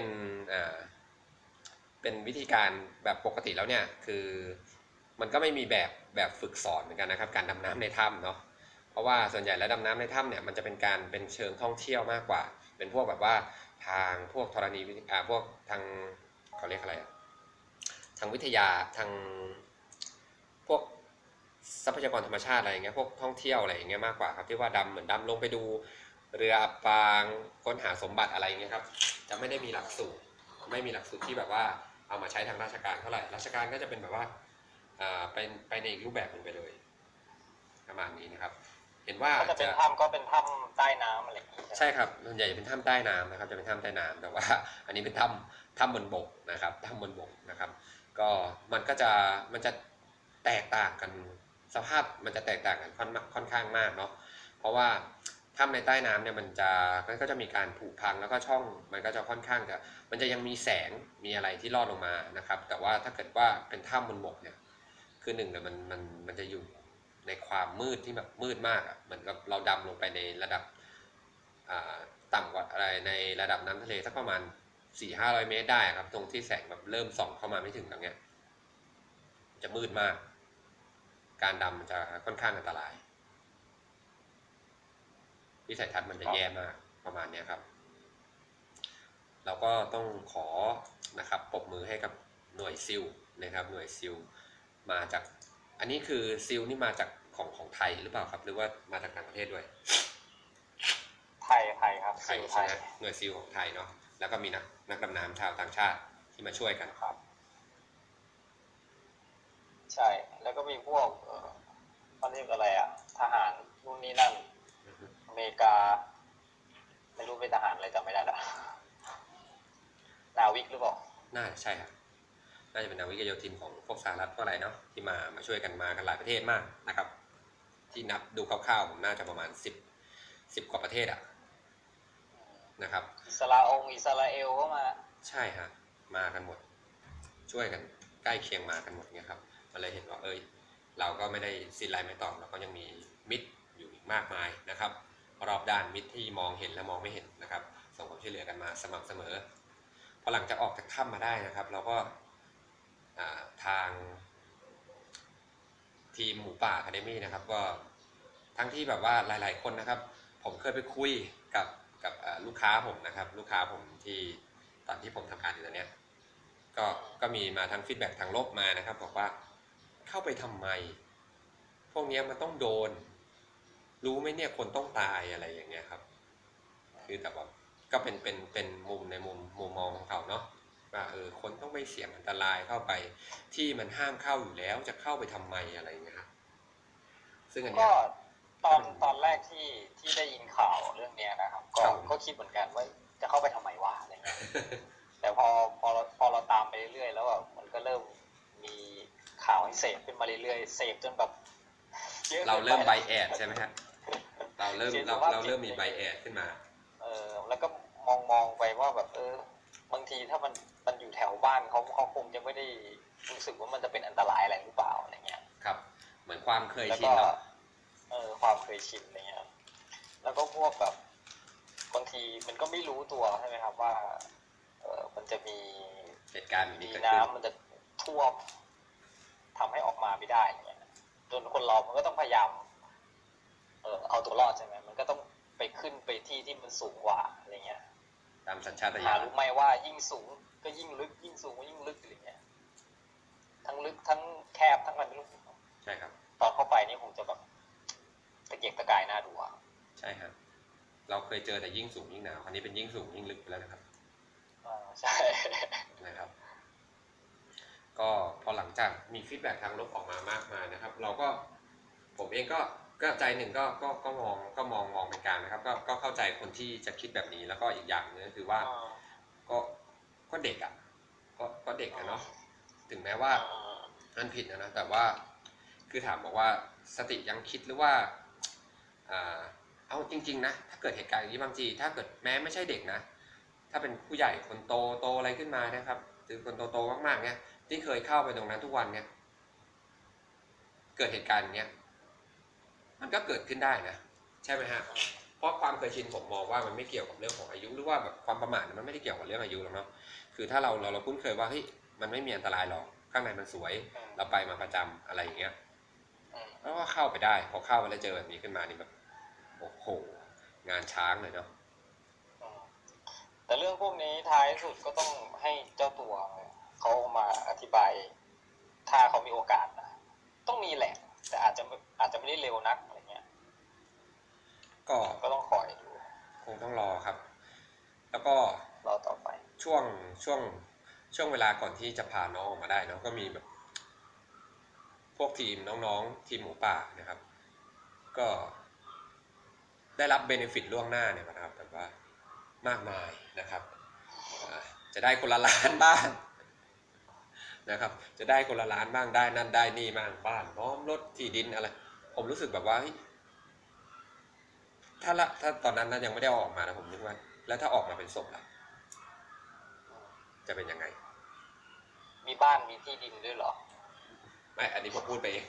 เป็นวิธีการแบบปกติแล้วเนี่ยคือมันก็ไม่มีแบบฝึกสอนเหมือนกันนะครับการดำน้ำในถ้ำเนาะเพราะว่าส่วนใหญ่แล้วดำน้ำในถ้ำเนี่ยมันจะเป็นเชิงท่องเที่ยวมากกว่าเป็นพวกแบบว่าทางพวกธรณีพวกทางเขาเรียกอะไรทางวิทยาทางพวกทรัพยากรธรรมชาติอะไรอย่างเงี้ยพวกท่องเที่ยวอะไรอย่างเงี้ยมากกว่าครับที่ว่าเหมือนดำลงไปดูเรืออับปางค้นหาสมบัติอะไรอย่างเงี้ยครับจะไม่ได้มีหลักสูตรที่แบบว่าเอามาใช้ทางราชการเท่าไหร่ราชการก็จะเป็นแบบว่าไปในอีกรูปแบบหนึ่งไปเลยประมาณนี้นะครับเห็นว่าจะเป็นถ้ำก็เป็นถ้ำใต้น้ำอะไรอย่างนี้ใช่ครับส่วนใหญ่จะเป็นถ้ำใต้น้ำนะครับจะเป็นถ้ำใต้น้ำแต่ว่าอันนี้เป็นถ้ำบนบกนะครับถ้ำบนบกนะครับก็มันจะแตกต่างกันสภาพมันจะแตกต่างกันค่อนข้างมากเนาะเพราะว่าถ้ำในใต้น้ำเนี่ยมันก็จะมีการผุพังแล้วก็ช่องมันก็จะค่อนข้างมันจะยังมีแสงมีอะไรที่ลอดลงมานะครับแต่ว่าถ้าเกิดว่าเป็นถ้ำบนบกเนี่ยคือหนึ่งเลยมันจะอยู่ในความมืดที่แบบมืดมากอ่ะเหมือนกับเราดำลงไปในระดับต่ำกว่าอะไรในระดับน้ำทะเลสักประมาณ 400-500 เมตรได้ครับตรงที่แสงแบบเริ่มส่องเข้ามาไม่ถึงตรงเนี้ยจะมืดมากการดำจะค่อนข้างอันตรายวิสัยทัศน์มันจะแย่มากประมาณนี้ครับเราก็ต้องขอนะครับปรบมือให้กับหน่วยซิลนะครับหน่วยซิลมาจากอันนี้คือซิลนี่มาจากของไทยหรือเปล่าครับหรือว่ามาจากต่างประเทศด้วยไทยครับไทยใช่ไหมหน่วยซิลของไทยเนาะแล้วก็มีนักดำน้ำชาวต่างชาติที่มาช่วยกันครับใช่แล้วก็มีพวกเขาเรียกอะไรอ่ะทหารนู่นนี่นั่นอเมริกาไม่รู้เป็นทหารอะไรจำไม่ได้ละนาวิกหรือเปล่าน่าใช่ครับน่าจะเป็นนาวิกโยธินของพวกสหรัฐพวกอะไรเนาะที่มาช่วยกันมากันหลายประเทศมากนะครับ ที่นับดูคร่าวๆผมน่าจะประมาณ10กว่าประเทศอะนะครับอิสราเอลก็มาใช่ฮะมากันหมดช่วยกันใกล้เคียงมากันหมดเนี่ยครับมันเลยเห็นว่าเราก็ไม่ได้สิ้นไรไม่ตองเราก็ยังมีมิตรอยู่อีกมากมายนะครับรอบด้านมิตรที่มองเห็นและมองไม่เห็นนะครับส่งความช่วยเหลือกันมาสม่ำเสมอพอหลังจากออกจากถ้ำมาได้นะครับเราก็ทางทีมหมูป่าอะคาเดมี่นะครับก็ทั้งที่แบบว่าหลายๆคนนะครับผมเคยไปคุยกับลูกค้าผมนะครับลูกค้าผมที่ตอนที่ผมทำงานอยู่ตอนเนี้ยก็มีมาทั้งฟีดแบ็กทางลบมานะครับบอกว่าเข้าไปทำไมพวกนี้มันต้องโดนรู้ไหมเนี่ยคนต้องตายอะไรอย่างเงี้ยครับคือแต่ว่าก็เป็นมุมในมุมมองของเขาเนาะว่าคนต้องไม่เสี่ยงอันตรายเข้าไปที่มันห้ามเข้าอยู่แล้วจะเข้าไปทำไมอะไรอย่างเงี้ยครับซึ่งอันเนี้ยก็ตอนแรกที่ได้ยินข่าวเรื่องเนี้ยนะครับก็คิดเหมือนกันว่าจะเข้าไปทำไมวะอะไรเงี้ยแต่พอเราตามไปเรื่อยๆแล้วแบบมันก็เริ่มมีข่าวให้เสพขึ้นมาเรื่อยๆเสพจนแบบเราเริ่มไบแอดใช่ไหมครับเราเริ่มมีไบแอดขึ้นมาแล้วก็มองไปว่าแบบบางทีถ้ามันอยู่แถวบ้านเขาคงจะไม่ได้รู้สึกว่ามันจะเป็นอันตรายอะไรหรือเปล่าอะไรเงี้ยครับเหมือนความเคยชินเนาะความเคยชินอะไรเงี้ยแล้วก็พวกแบบบางทีมันก็ไม่รู้ตัวใช่ไหมครับว่ามันจะมีเหตุการณ์มีน้ำมันจะท่วมทำให้ออกมาไม่ได้เงี้ยจนคนเรามันก็ต้องพยายามเอาตัวรอดใช่ไหมมันก็ต้องไปขึ้นไปที่มันสูงกว่าอะไรเงี้ยตามสัญชาตญาณรู้ไหมว่ายิ่งสูงก็ยิ่งลึกยิ่งสูงก็ยิ่งลึกอะไรเงี้ยทั้งลึกทั้งแคบทั้งอะไรไม่รู้ใช่ครับตอนเข้าไปนี่คงจะแบบตะเกียกตะกายน่าดูอ่ะใช่ครับเราเคยเจอแต่ยิ่งสูงยิ่งหนาวคราวนี้เป็นยิ่งสูงยิ่งลึกไปแล้วนะครับใช่นะครับก็พอหลังจากมีฟีดแบ็กทางลบออกมามากมายนะครับเราก็ผมเองก็ใจหนึ่งก็มองเป็นกลางนะครับก็เข้าใจคนที่จะคิดแบบนี้แล้วก็อีกอย่างนึงก็คือว่าก็เด็กอ่ะก็เด็กอะเนาะถึงแม้ว่ามันผิดนะแต่ว่าคือถามบอกว่าสติยังคิดหรือว่าเอาจริงๆนะถ้าเกิดเหตุการณ์อย่างนี้บางทีถ้าเกิดแม้ไม่ใช่เด็กนะถ้าเป็นผู้ใหญ่คนโตอะไรขึ้นมานะครับหรือคนโตมากๆเนี่ยที่เคยเข้าไปตรงนั้นทุกวันเนี่ยเกิดเหตุการณ์อย่างเงี้ยมันก็เกิดขึ้นได้นะใช่ไหมฮะเพราะความเคยชินผมมองว่ามันไม่เกี่ยวกับเรื่องของอายุหรือว่าแบบความประมาทมันไม่ได้เกี่ยวกับเรื่องอายุหรอกเนาะคือถ้าเราคุ้นเคยว่าเฮ้ยมันไม่มีอันตรายหรอกข้างในมันสวยเราไปมาประจำอะไรอย่างเงี้ยแล้วก็เข้าไปได้พอเข้าไปแล้วเจอแบบนี้ขึ้นมานี่แบบโอ้โหงานช้างเลยเนาะแต่เรื่องพวกนี้ท้ายสุดก็ต้องให้เจ้าตัวเขามาอธิบายถ้าเขามีโอกาสนะต้องมีแหละแต่อาจจะไม่ได้เร็วนักอะไรเงี้ยก็ต้องคอยดูคงต้องรอครับแล้วก็รอต่อไปช่วงเวลาก่อนที่จะพาน้องออกมาได้เนาะก็มีแบบพวกทีมน้องๆทีมหมูป่านะครับก็ได้รับเบเนฟิตล่วงหน้าเนี่ยนะครับแบบว่ามากมายนะครับจะได้คนละล้านบ้างนะครับจะได้คนละล้านบ้างได้นั่นได้นี่บ้างบ้านพร้อมรถที่ดินอะไรผมรู้สึกแบบว่าถ้าตอนนั้นยังไม่ได้ออกมานะผมนึกว่าแล้วถ้าออกมาเป็นศพล่ะจะเป็นยังไงมีบ้านมีที่ดินด้วยเหรอไม่อันนี้ผมพูดไปเอง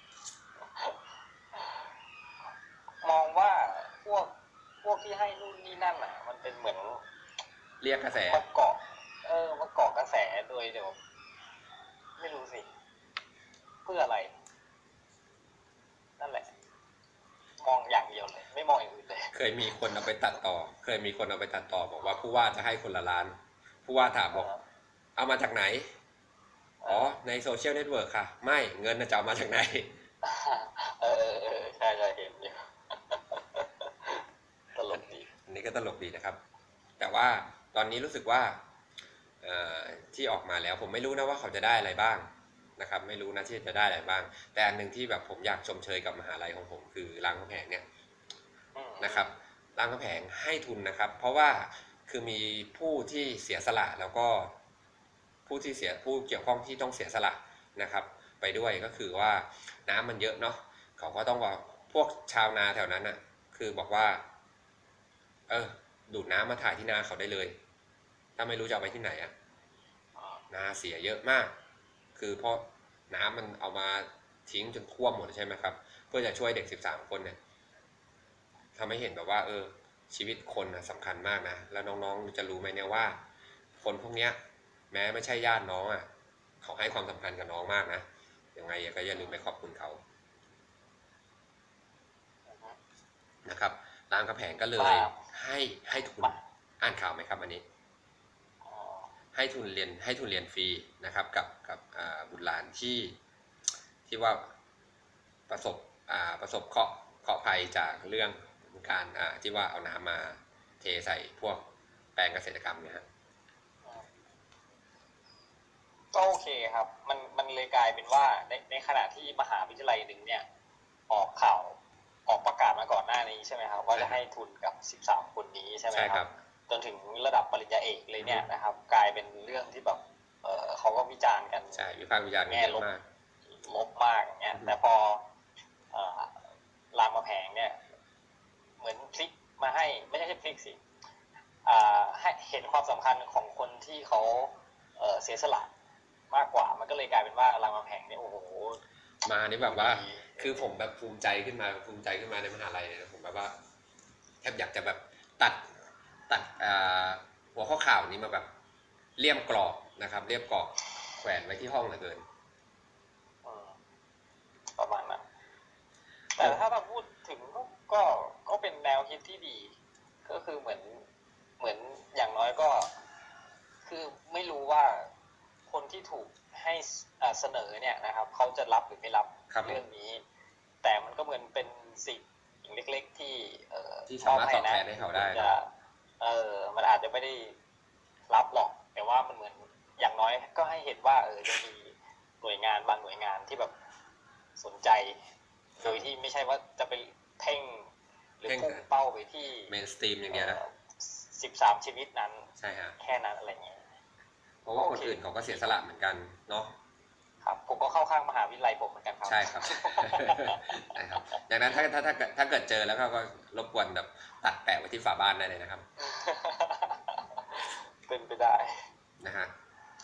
มองว่าพวกที่ให้นู่นนี่นั่นอ่ะมันเป็นเหมือนเรียกกระแสมาเกาะกระแสโดยเดี๋ยวไม่รู้สิเพื่ออะไรนั่นแหละมองอย่างเดียวเลยไม่มองอย่างอื่นเลยเคยมีคนเอาไปตัดต่อบอกว่าผู้ว่าจะให้คนละล้านผู้ว่าถามบอกเอามาจากไหนอ๋อในโซเชียลเน็ตเวิร์กค่ะไม่เงินจะเอามาจากไหนใช่เห็นอยู่ตลกดีอันนี้ก็ตลกดีนะครับแต่ว่าตอนนี้รู้สึกว่าที่ออกมาแล้วผมไม่รู้นะว่าเขาจะได้อะไรบ้างนะครับไม่รู้นะที่จะได้อะไรบ้างแต่อันนึงที่แบบผมอยากชมเชยกับมหาลัยของผมคือรามคำแหงเนี่ยนะครับรามคำแหงให้ทุนนะครับเพราะว่าคือมีผู้ที่เสียสละแล้วก็เขผู้เกี่ยวข้องที่ต้องเสียสละนะครับไปด้วยก็คือว่าน้ำมันเยอะเนาะเขาก็ต้องว่าพวกชาวนาแถวนั้นน่ะคือบอกว่าดูดน้ำมาถ่ายที่นาเขาได้เลยถ้าไม่รู้จะเอาไปที่ไหนอ่ะนาเสียเยอะมากคือเพราะน้ำมันเอามาทิ้งจนท่วมหมดใช่ไหมครับเพื่อจะช่วยเด็ก13 คนเนี่ยทำให้เห็นแบบว่าชีวิตคนนะสำคัญมากนะแล้วน้องๆจะรู้ไหมเนี่ยว่าคนพวกเนี้ยแม้ไม่ใช่ญาติน้องอ่ะเขาให้ความสำคัญกับน้องมากนะยังไงก็อย่าลืมไปขอบคุณเขานะครับรามคำแหงก็เลยให้ทุนอ่านข่าวไหมครับอันนี้ให้ทุนเรียนฟรีนะครับกับบุตรหลานที่ว่าประสบเคราะห์ภัยจากเรื่องการที่ว่าเอาน้ำมาเทใส่พวกแปลงเกษตรกรรมเนี่ยฮะก็โอเคครับมันเลยกลายเป็นว่าในขณะที่มหาวิทยาลัยหนึ่งเนี่ยออกข่าวออกประกาศมาก่อนหน้านี้ใช่ไหมครับว่าจะให้ทุนกับ13 คนนี้ใช่ไหมครับจนถึงระดับปริญญาเอกเลยเนี่ยนะครับกลายเป็นเรื่องที่แบบเขาก็วิจารณ์กันใช่วิพากษ์วิจารณ์แง่ลบมากอย่างเงี้ยแต่พอรามคำแหงเนี่ยเหมือนพลิกมาให้ไม่ใช่พลิกสิให้เห็นความสำคัญของคนที่เขาเสียสละมากกว่ามันก็เลยกลายเป็นว่ารามคำแหงเนี่ยโอ้โหมานี่แบบว่าคือผมแบบภูมิใจขึ้นมาในมหาลัยเลยผมแบบว่าแทบอยากจะแบบตัดหัวข้อข่าวนี้มาแบบเลี่ยมกรอบนะครับเลี่ยมกรอบแขวนไว้ที่ห้องเหลือเกินประมาณนั้นแต่ถ้าเราพูดถึงก็เป็นแนวคิดที่ดีก็คือเหมือนอย่างน้อยก็คือไม่รู้ว่าคนที่ถูกให้เสนอเนี่ยนะครับเขาจะรับหรือไม่รับเรื่องนี้แต่มันก็เหมือนเป็นสิ่งเล็กๆที่สามารถตอบแทนให้เขาได้มันอาจจะไม่ได้รับหรอกแต่ว่ามันเหมือนอย่างน้อยก็ให้เห็นว่าจะมีหน่วยงานบางหน่วยงานที่แบบสนใจโดยที่ไม่ใช่ว่าจะไปเพ่งหรือพุ่งเป้าไปที่เมนสตรีมอย่างเดียวนะ 13 ชีวิตนั้นใช่ฮะแค่นั้นอะไรเงี้ยเพราะว่าคนอื่นเขาก็เสียสละเหมือนกันเนาะครับผมก็เข้าข้างมหาวิทยาลัยผมเหมือนกันครับใช่ครับนะครับดังนั้นถ้าเกิดเจอแล้วก็รบกวนแบบตัดแปะไว้ที่ฝาบ้านได้เลยนะครับเป็นไปได้นะฮะ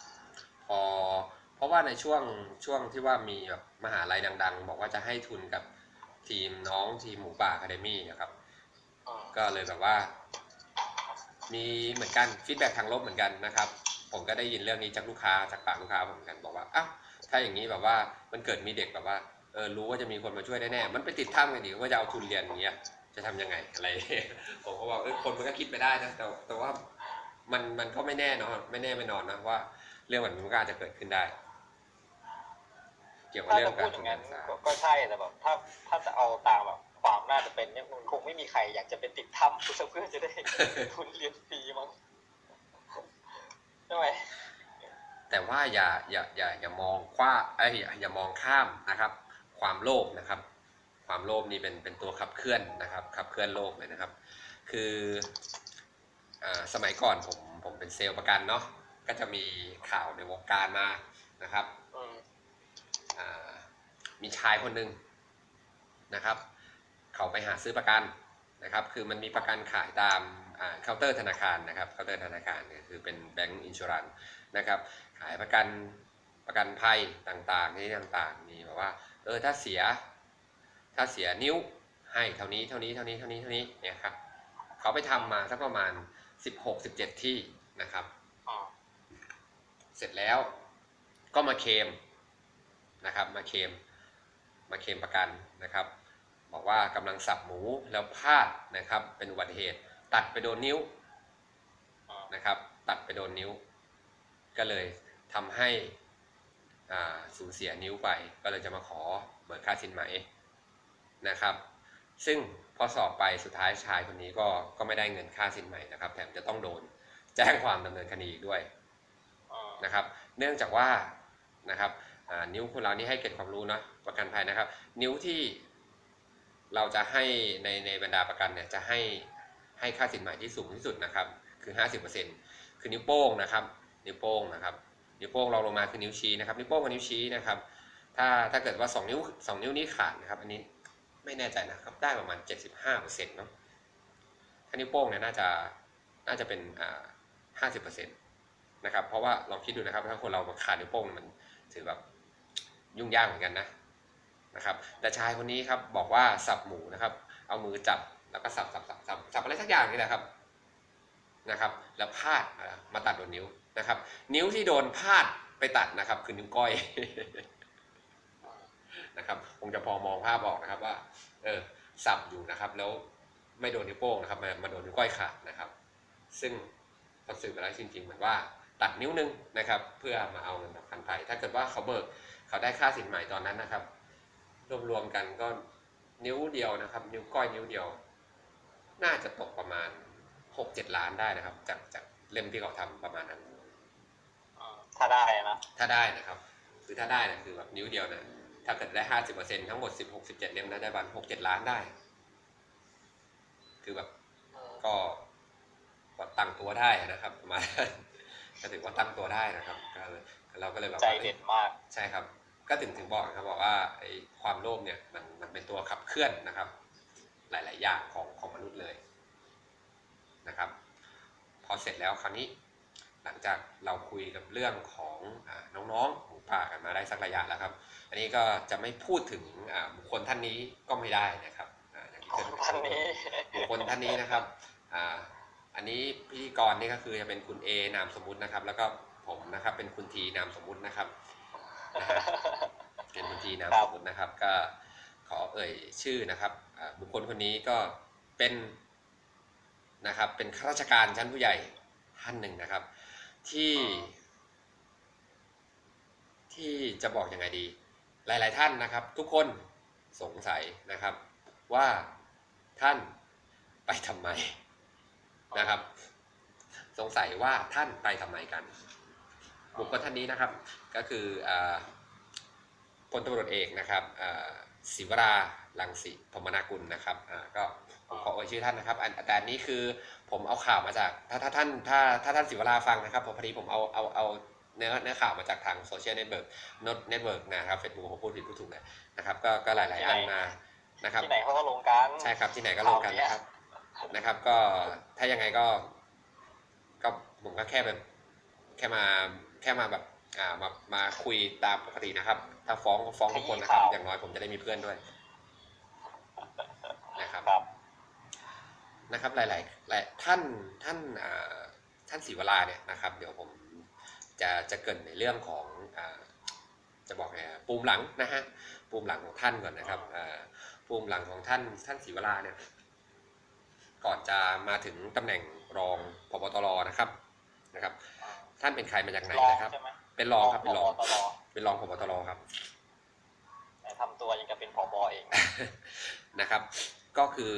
เพราะว่าในช่วงที่ว่ามีแบบมหาลัยดังๆบอกว่าจะให้ทุนกับทีมหมูป่าอะคาเดมี่นะครับก็เลยแบบว่ามีเหมือนกันฟีดแบ็กทางลบเหมือนกันนะครับผมก็ได้ยินเรื่องนี้จากปากลูกค้าผมเหมือนกันบอกว่าอ้าวถ้าอย่างนี้แบบว่ามันเกิดมีเด็กแบบว่ารู้ว่าจะมีคนมาช่วยแน่ๆมันไปติดถ้ำกันดิว่าจะเอาทุนเรียนอย่างเงี้ยจะทำยังไงอะไรผมก็บอกคนมันก็คิดไปได้นะแต่ว่ามันก็ไม่แน่เนาะไม่แน่ไม่นอนนะว่าเรื่องแบบนี้มันก็อาจจะเกิดขึ้นได้เกี่ยวกับเรื่องการทุนการศึกษาก็ใช่แต่แบบถ้าจะเอาตามแบบความน่าจะเป็นเนี่ยมันคงไม่มีใครอยากจะเป็นติดถ้ำเพื่อจะได้ทุนเรียนฟรีมั้งใช่ไหมแต่ว่าอย่ามองอย่ามองข้ามนะครับความโลภนะครับความโลภนี่เป็นตัวขับเคลื่อนนะครับขับเคลื่อนโลกเลยนะครับคือสมัยก่อนผมเป็นเซลล์ประกันเนาะก็จะมีข่าวในวงการมานะครับมีชายคนหนึ่งนะครับเขาไปหาซื้อประกันนะครับคือมันมีประกันขายตามเคาน์เตอร์ธนาคารนะครับเคาน์เตอร์ธนาคารเนี่ยคือเป็นแบงก์อินชัวรันซ์นะครับขายประกันภัยต่างๆนี่ต่างๆมีแบบว่าถ้าเสียนิ้วให้เท่านี้เนี่ยครับเขาไปทำมาสักประมาณ16-17 ที่นะครับเสร็จแล้วก็มาเคลมนะครับมาเคลมประกันนะครับบอกว่ากำลังสับหมูแล้วพลาดนะครับเป็นอุบัติเหตุตัดไปโดนนิ้วนะครับตัดไปโดนนิ้วก็เลยทำให้สูญเสียนิ้วไปก็เลยจะมาขอเบิกค่าสินไหมนะครับซึ่งพอสอบไปสุดท้ายชายคนนี้ก็ไม่ได้เงินค่าสินไหมนะครับแถมจะต้องโดนแจ้งความดำเนินคดีด้วยนะครับเนื่องจากว่านะครับนิ้วคนเรานี่ให้เก็บความรู้นะประกันภัยนะครับนิ้วที่เราจะให้ในบรรดาประกันเนี่ยจะให้ค่าสินไหมที่สูงที่สุดนะครับคือ 50% คือนิ้วโป้งนะครับนิ้วโป้งนะครับนิ้วโป้งรองลงมาคือนิ้วชี้นะครับนิ้วโป้งกับนิ้วชี้นะครับถ้าเกิดว่า2 นิ้วนี้ขาดนะครับอันนี้ไม่แน่ใจนะครับได้ประมาณ 75%เนาะถ้านิ้วโป้งเนี่ยน่าจะเป็น50%นะครับเพราะว่าลองคิดดูนะครับถ้าคนเราขาดนิ้วโป้งมันถือแบบยุ่งยากเหมือนกันนะครับแต่ชายคนนี้ครับบอกว่าสับหมูนะครับเอามือจับแล้วก็สับอะไรสักอย่างนี่แหละครับแล้วพาดมาตัดโดนนิ้วนะครับนิ้วที่โดนพาดไปตัดนะครับคือนิ้วก้อย นะครับคงจะพอมองภาพออกนะครับว่าสับอยู่นะครับแล้วไม่โดนนิ้วโป้งนะครับมาโดนนิ้วก้อยขาดนะครับซึ่งตอนสืบไปแล้วจริงๆเหมือนว่าตัดนิ้วนึงนะครับเพื่อมาเอาเงินประกันภัยถ้าเกิดว่าเขาได้ค่าสินใหม่ตอนนั้นนะครับรวมกันก็นิ้วเดียวนะครับนิ้วก้อยนิ้วเดียวน่าจะตกประมาณ 6-7 ล้านได้นะครับจากเล่มที่เขาทำประมาณนั้นถ้าได้นะครับคือถ้าได้นะคือแบบนิ้วเดียวนะถ้าเกิดได้ 50% ทั้งหมด 16-17 เล่มได้ประมาณ 6-7 ล้านได้คือแบบก็ตั้งตัวได้นะครับประมาณก็ถือว่าตั้งตัวได้นะครับเราก็เลยแบบใจเด็ดมากใช่ครับก็ถึงบอกนะครับบอกว่าไอ้ความโลภเนี่ยมันเป็นตัวขับเคลื่อนนะครับหลายๆอย่างของมนุษย์เลยนะครับพอเสร็จแล้วคราวนี้หลังจากเราคุยกับเรื่องของน้องๆหมูป่ากันมาได้สักระยะแล้วครับอันนี้ก็จะไม่พูดถึงบุคคลท่านนี้ก็ไม่ได้นะครับบุคคลท่านนี้นะครับอันนี้พิธีกรนี่ก็คือจะเป็นคุณ A นามสมมุตินะครับแล้วก็ผมนะครับเป็นคุณ T นามสมมุตินะครับเป็นคุณ T นามสมมุตินะครับก็ขอชื่อนะครับบุคคลคนนี้ก็เป็นนะครับเป็นข้าราชการชั้นผู้ใหญ่ท่านหนึ่งนะครับที่จะบอกยังไงดีหลายๆท่านนะครับทุกคนสงสัยนะครับว่าท่านไปทำไมนะครับสงสัยว่าท่านไปทำไมกันบุคคลท่านนี้นะครับก็คือพลตำรวจเอกนะครับศิวรารังสีพรหมนากุลนะครับก็ผมขอชื่อท่านนะครับแต่อันนี้คือผมเอาข่าวมาจากถ้าท่านศิวราฟังนะครับพอดีผมเอาเนื้อข่าวมาจากทางโซเชียลเน็ตเวิร์กนะครับเฟซบุ๊กผมพูดผิดพูดถูกนะครับก็หลายๆอันมานะครับที่ไหนเขาก็ลงกันใช่ครับที่ไหนก็ลงกันนะครับก็ถ้ายังไงก็ผมก็แค่มาแบบมาคุยตามปกตินะครับถ้าฟ้องก็ฟ้องทุกคนนะครับอย่างน้อยผมจะได้มีเพื่อนด้วยนะครับหลายท่านศรีวราเนี่ยนะครับเดี๋ยวผมจะเกริ่นในเรื่องของจะบอกไงปูมหลังนะฮะปูมหลังของท่านก่อนนะครับปูมหลังของท่านศรีวราเนี่ยก่อนจะมาถึงตำแหน่งรองผบ.ตร.นะครับท่านเป็นใครมาจากไหนนะครับเป็นรองครับเป็นรองผบ.ตร.ครับทำตัวยังกับเป็นผบ.เองนะครับก็คือ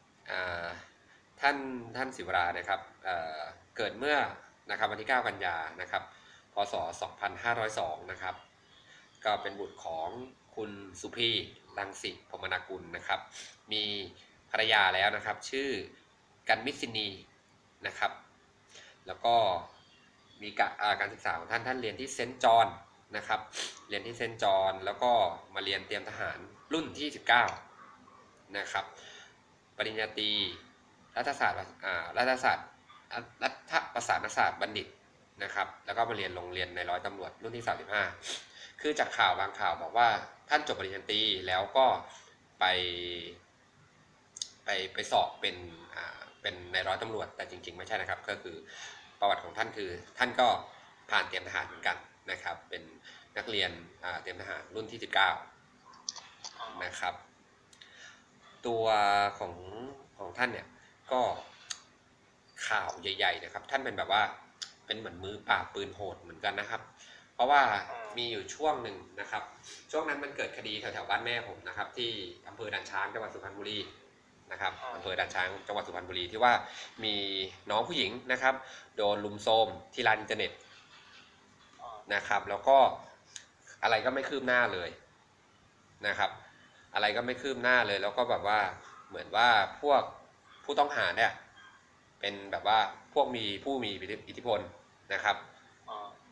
ท่านศิวรานะครับเกิดเมื่อนะครับวันที่9 กันยานะครับพศ 2502นะครับก็เป็นบุตรของคุณสุพีรังสีพรหมนากุลนะครับมีภรรยาแล้วนะครับชื่อกันมิสินีนะครับแล้วก็มีการศึกษาของท่านเรียนที่เซนต์จอห์นนะครับเรียนที่เซนต์จอห์นแล้วก็มาเรียนเตรียมทหารรุ่นที่19นะครับปริญญาตรีรัฐประศาสนศาสตร์บัณฑิตนะครับแล้วก็มาเรียนโรงเรียนในร้อยตำรวจรุ่นที่35คือจากข่าวบางข่าวบอกว่าท่านจบปริญญาตรีแล้วก็ไปสอบเป็นในร้อยตำรวจแต่จริงๆไม่ใช่นะครับก็คือประวัติของท่านคือท่านก็ผ่านเตรียมทหารเหมือนกันนะครับเป็นนักเรียนเตรียมทหารรุ่นที่19นะครับตัวของท่านเนี่ยก็ข่าวใหญ่ๆนะครับท่านเป็นแบบว่าเป็นเหมือนมือปราบปืนโหดเหมือนกันนะครับเพราะว่ามีอยู่ช่วงหนึ่งนะครับช่วงนั้นมันเกิดคดีแถวๆบ้านแม่ผมนะครับที่อำเภอด่านช้างจังหวัดสุพรรณบุรีนะครับอำเภอด่านช้างจังหวัดสุพรรณบุรีที่ว่ามีน้องผู้หญิงนะครับโดนลุมโทรมที่ร้านอินเทอร์เน็ตนะครับแล้วก็อะไรก็ไม่คืบหน้าเลยนะครับอะไรก็ไม่คืบหน้าเลยแล้วก็แบบว่าเหมือนว่าพวกผู้ต้องหาเนี่ยเป็นแบบว่าพวกมีผู้มีอิทธิพลนะครับ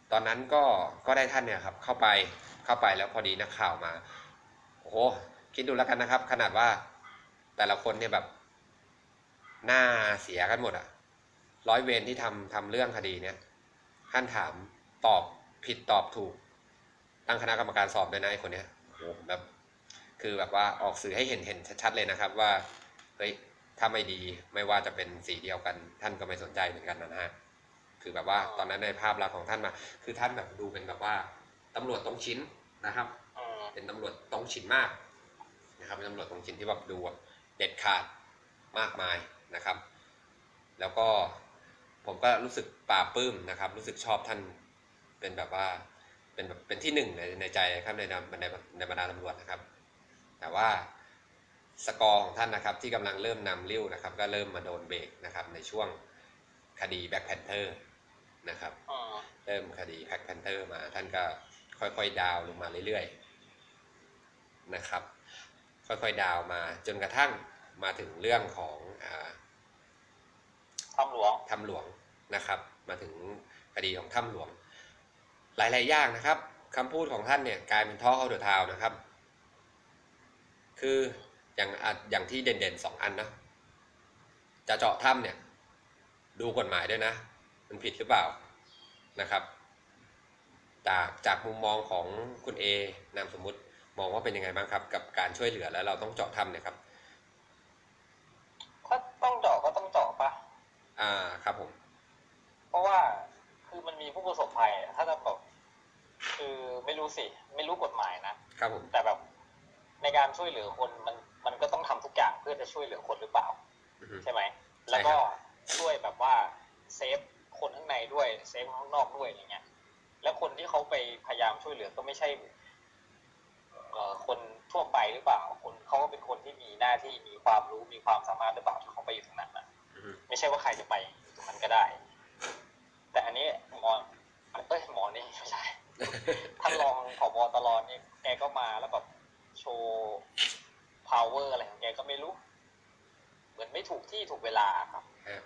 ตอนนั้นก็ได้ท่านเนี่ยครับเข้าไปแล้วพอดีนักข่าวมาโอ้โหคิดดูแล้วกันนะครับขนาดว่าแต่ละคนเนี่ยแบบหน้าเสียกันหมดอะร้อยเวรที่ทำเรื่องคดีเนี่ยท่านถามตอบผิดตอบถูกตั้งคณะกรรมการสอบด้วยนะไอ้คนเนี้ยโอ้โหแบบคือแบบว่าออกสื่อให้เห็นชัดๆเลยนะครับว่าเฮ้ยถ้าไม่ดีไม่ว่าจะเป็นสีเดียวกันท่านก็ไม่สนใจเหมือนกันนะฮะคือแบบว่าตอนนั้นในภาพลักษณ์ของท่านมาคือท่านแบบดูเป็นแบบว่าตำรวจตรงชิ้นนะครับเป็นตำรวจตรงชิ้นมากนะครับเป็นตำรวจตรงชิ้นที่แบบดูเด็ดขาดมากมายนะครับแล้วก็ผมก็รู้สึกปลาบปลื้มนะครับรู้สึกชอบท่านเป็นแบบว่าเป็นที่หนึ่งในใจครับในบรรดาตำรวจนะครับแต่ว่าสกอร์ของท่านนะครับที่กำลังเริ่มนำริ้วนะครับก็เริ่มมาโดนเบรกนะครับในช่วงคดีแบ็คแพนเทอร์นะครับเริ่มคดีแบ็คแพนเทอร์มาท่านก็ค่อยๆดาวลงมาเรื่อยๆนะครับค่อยๆดาวมาจนกระทั่งมาถึงเรื่องของถ้ำหลวงนะครับมาถึงคดีของถ้ำหลวงหลายๆอย่างนะครับคำพูดของท่านเนี่ยกลายเป็นท่อเข้าเดือดเท้านะครับคืออย่างที่เด่นๆ2 อันนะจะเจาะถ้ำเนี่ยดูกฎหมายด้วยนะมันผิดหรือเปล่านะครับจากมุมมองของคุณเอนามสมมุติมองว่าเป็นยังไงบ้างครับกับการช่วยเหลือแล้วเราต้องเจาะถ้ำเนี่ยครับถ้าต้องเจาะก็ต้องเจาะปะครับผมเพราะว่าคือมันมีผู้ประสบภัยถ้าจะแบบคือไม่รู้สิไม่รู้กฎหมายนะครับผมแต่แบบในการช่วยเหลือคนมันก็ต้องทำทุกอย่างเพื่อจะช่วยเหลือคนหรือเปล่าใช่ไหมแล้วก็ช่วยแบบว่าเซฟคนข้างในด้วยเซฟข้างนอกด้วยอย่างเงี้ยแล้วคนที่เขาไปพยายามช่วยเหลือก็ไม่ใช่คนทั่วไปหรือเปล่าคนเขาก็เป็นคนที่มีหน้าที่มีความรู้มีความสามารถหรือเปล่าที่เขาไปอยู่ตรงนั้นไม่ใช่ว่าใครจะไปตรงนั้นก็ได้แต่อันนี้หมอนี่ไม่ใช่ท่านรองผบ.ตร.นี่แกก็มาแล้วแบบโชว์ power อะไรของแกก็ไม่รู้เหมือนไม่ถูกที่ถูกเวลาครับ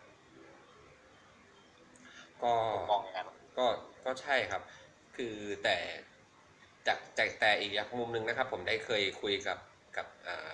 ก็มองอย่างนั้นก็ใช่ครับคือแต่แต่อีกมุมหนึ่งนะครับผมได้เคยคุยกับ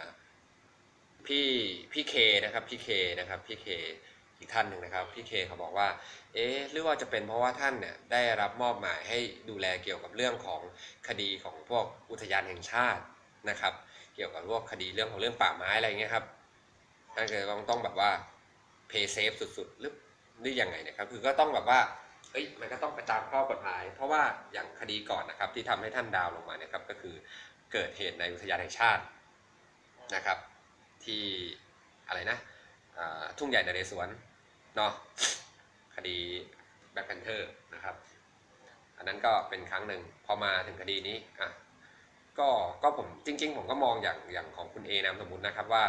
พี่เคนะครับพี่เคอีกท่านหนึ่งนะครับพี่เคเขาบอกว่าหรือว่าจะเป็นเพราะว่าท่านเนี่ยได้รับมอบหมายให้ดูแลเกี่ยวกับเรื่องของคดีของพวกอุทยานแห่งชาตินะครับเกี่ยวกับพวกคดีเรื่องของเรื่องป่าไม้อะไรเงี้ยครับท่านก็ต้องแบบว่าเพย์เซฟสุดๆหรือยังไงนะครับคือก็ต้องแบบว่ามันก็ต้องไปตามข้อกฎหมายเพราะว่าอย่างคดีก่อนนะครับที่ทำให้ท่านดาวลงมาเนี่ยครับก็คือเกิดเหตุในอุทยานแห่งชาตินะครับที่อะไรนะทุ่งใหญ่นเรศวรเนาะคดีแบ็คแพนเทอร์นะครับอันนั้นก็เป็นครั้งหนึ่งพอมาถึงคดีนี้ก็ผมจริงๆผมก็มองอย่างของคุณเอนามสมมุตินะครับว่า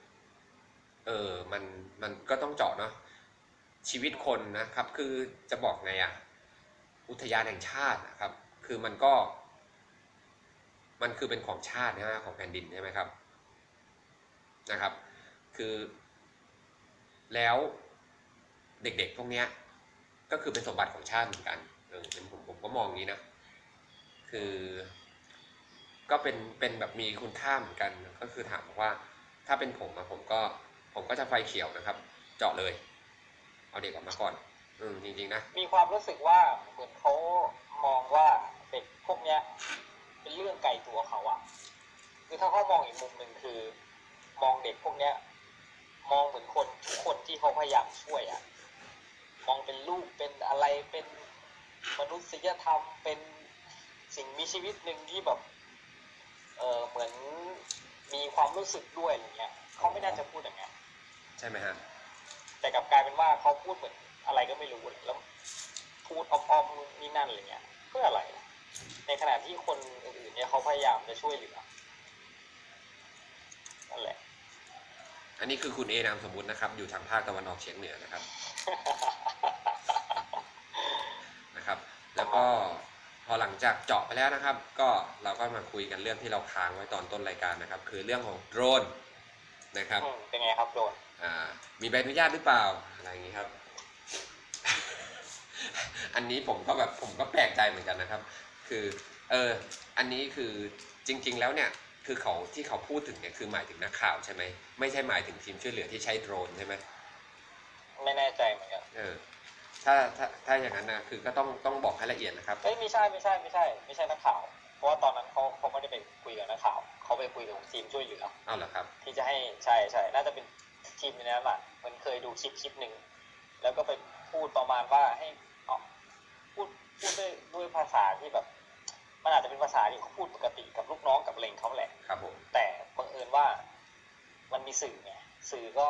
มันก็ต้องเจาะเนาะชีวิตคนนะครับคือจะบอกไงอุทยานแห่งชาตินะครับคือมันคือเป็นของชาตินะของแผ่นดินใช่ไหมครับนะครับคือแล้วเด็กๆพวกนี้ก็คือเป็นสมบัติของชาติเหมือนกันผมก็มองงี้นะคือก็เป็นแบบมีคุณค่าเหมือนกันก็คือถามว่าถ้าเป็นผมก็จะไฟเขียวนะครับเจาะเลยเอาเด็กออกมาก่อนจริงๆนะมีความรู้สึกว่าเหมือนเขามองว่าเด็กพวกเนี้ยเป็นเรื่องไกลตัวเขาคือถ้าเขามองอีกมุมหนึ่งคือมองเด็กพวกเนี้ยมองเหมือนคนทุกคนที่เขาพยายามช่วยมองเป็นลูกเป็นอะไรเป็นมนุษยธรรมเป็นสิ่งมีชีวิตหนึ่งที่แบบเหมือนมีความรู้สึกด้วยอะไรเงี้ยเขาไม่น่าจะพูดอย่างเงี้ยใช่ไหมฮะแต่กลับกลายเป็นว่าเขาพูดเหมือนอะไรก็ไม่รู้แล้วพูดอ้อมๆนี่นั่นอะไรเงี้ยเพื่ออะไรในขณะที่คนอื่นๆเนี่ยเขาพยายามจะช่วยเหลือนั่นแหละอันนี้คือคุณเอนามสมมุตินะครับอยู่ทางภาคตะวันออกเฉียงเหนือนะครับ นะครับแล้วก็พอหลังจากเจาะไปแล้วนะครับก็เราก็มาคุยกันเรื่องที่เราค้างไว้ตอนต้นรายการนะครับคือเรื่องของโดรนนะครับเป็นไงครับโดรนมีใบอนุญาตหรือเปล่าอะไรอย่างนี้ครับอันนี้ผมก็แปลกใจเหมือนกันนะครับคืออันนี้คือจริงๆแล้วเนี่ยคือเขาที่เขาพูดถึงเนี่ยคือหมายถึงนักข่าวใช่ไหมไม่ใช่หมายถึงทีมช่วยเหลือที่ใช้โดรนใช่ไหมไม่แน่ใจเหมือนกันถ้าอย่างนั้นนะคือก็ต้องบอกให้ละเอียดนะครับไม่ใช่นักข่าวเพราะว่าตอนนั้นเขาไม่ได้ไปคุยกับนักข่าวเขาไปคุยกับทีมช่วยเหลืออ้าวเหรอครับที่จะให้ใช่น่าจะเป็นทีมในนั้นแหละมันเคยดูคลิปหนึ่งแล้วก็ไปพูดประมาณว่าให้พูดด้วยภาษาที่แบบมันอาจจะเป็นภาษาที่เขาพูดปกติกับลูกน้องกับเลงเขาแหละครับผมแต่บังเอิญว่ามันมีสื่อไงสื่อก็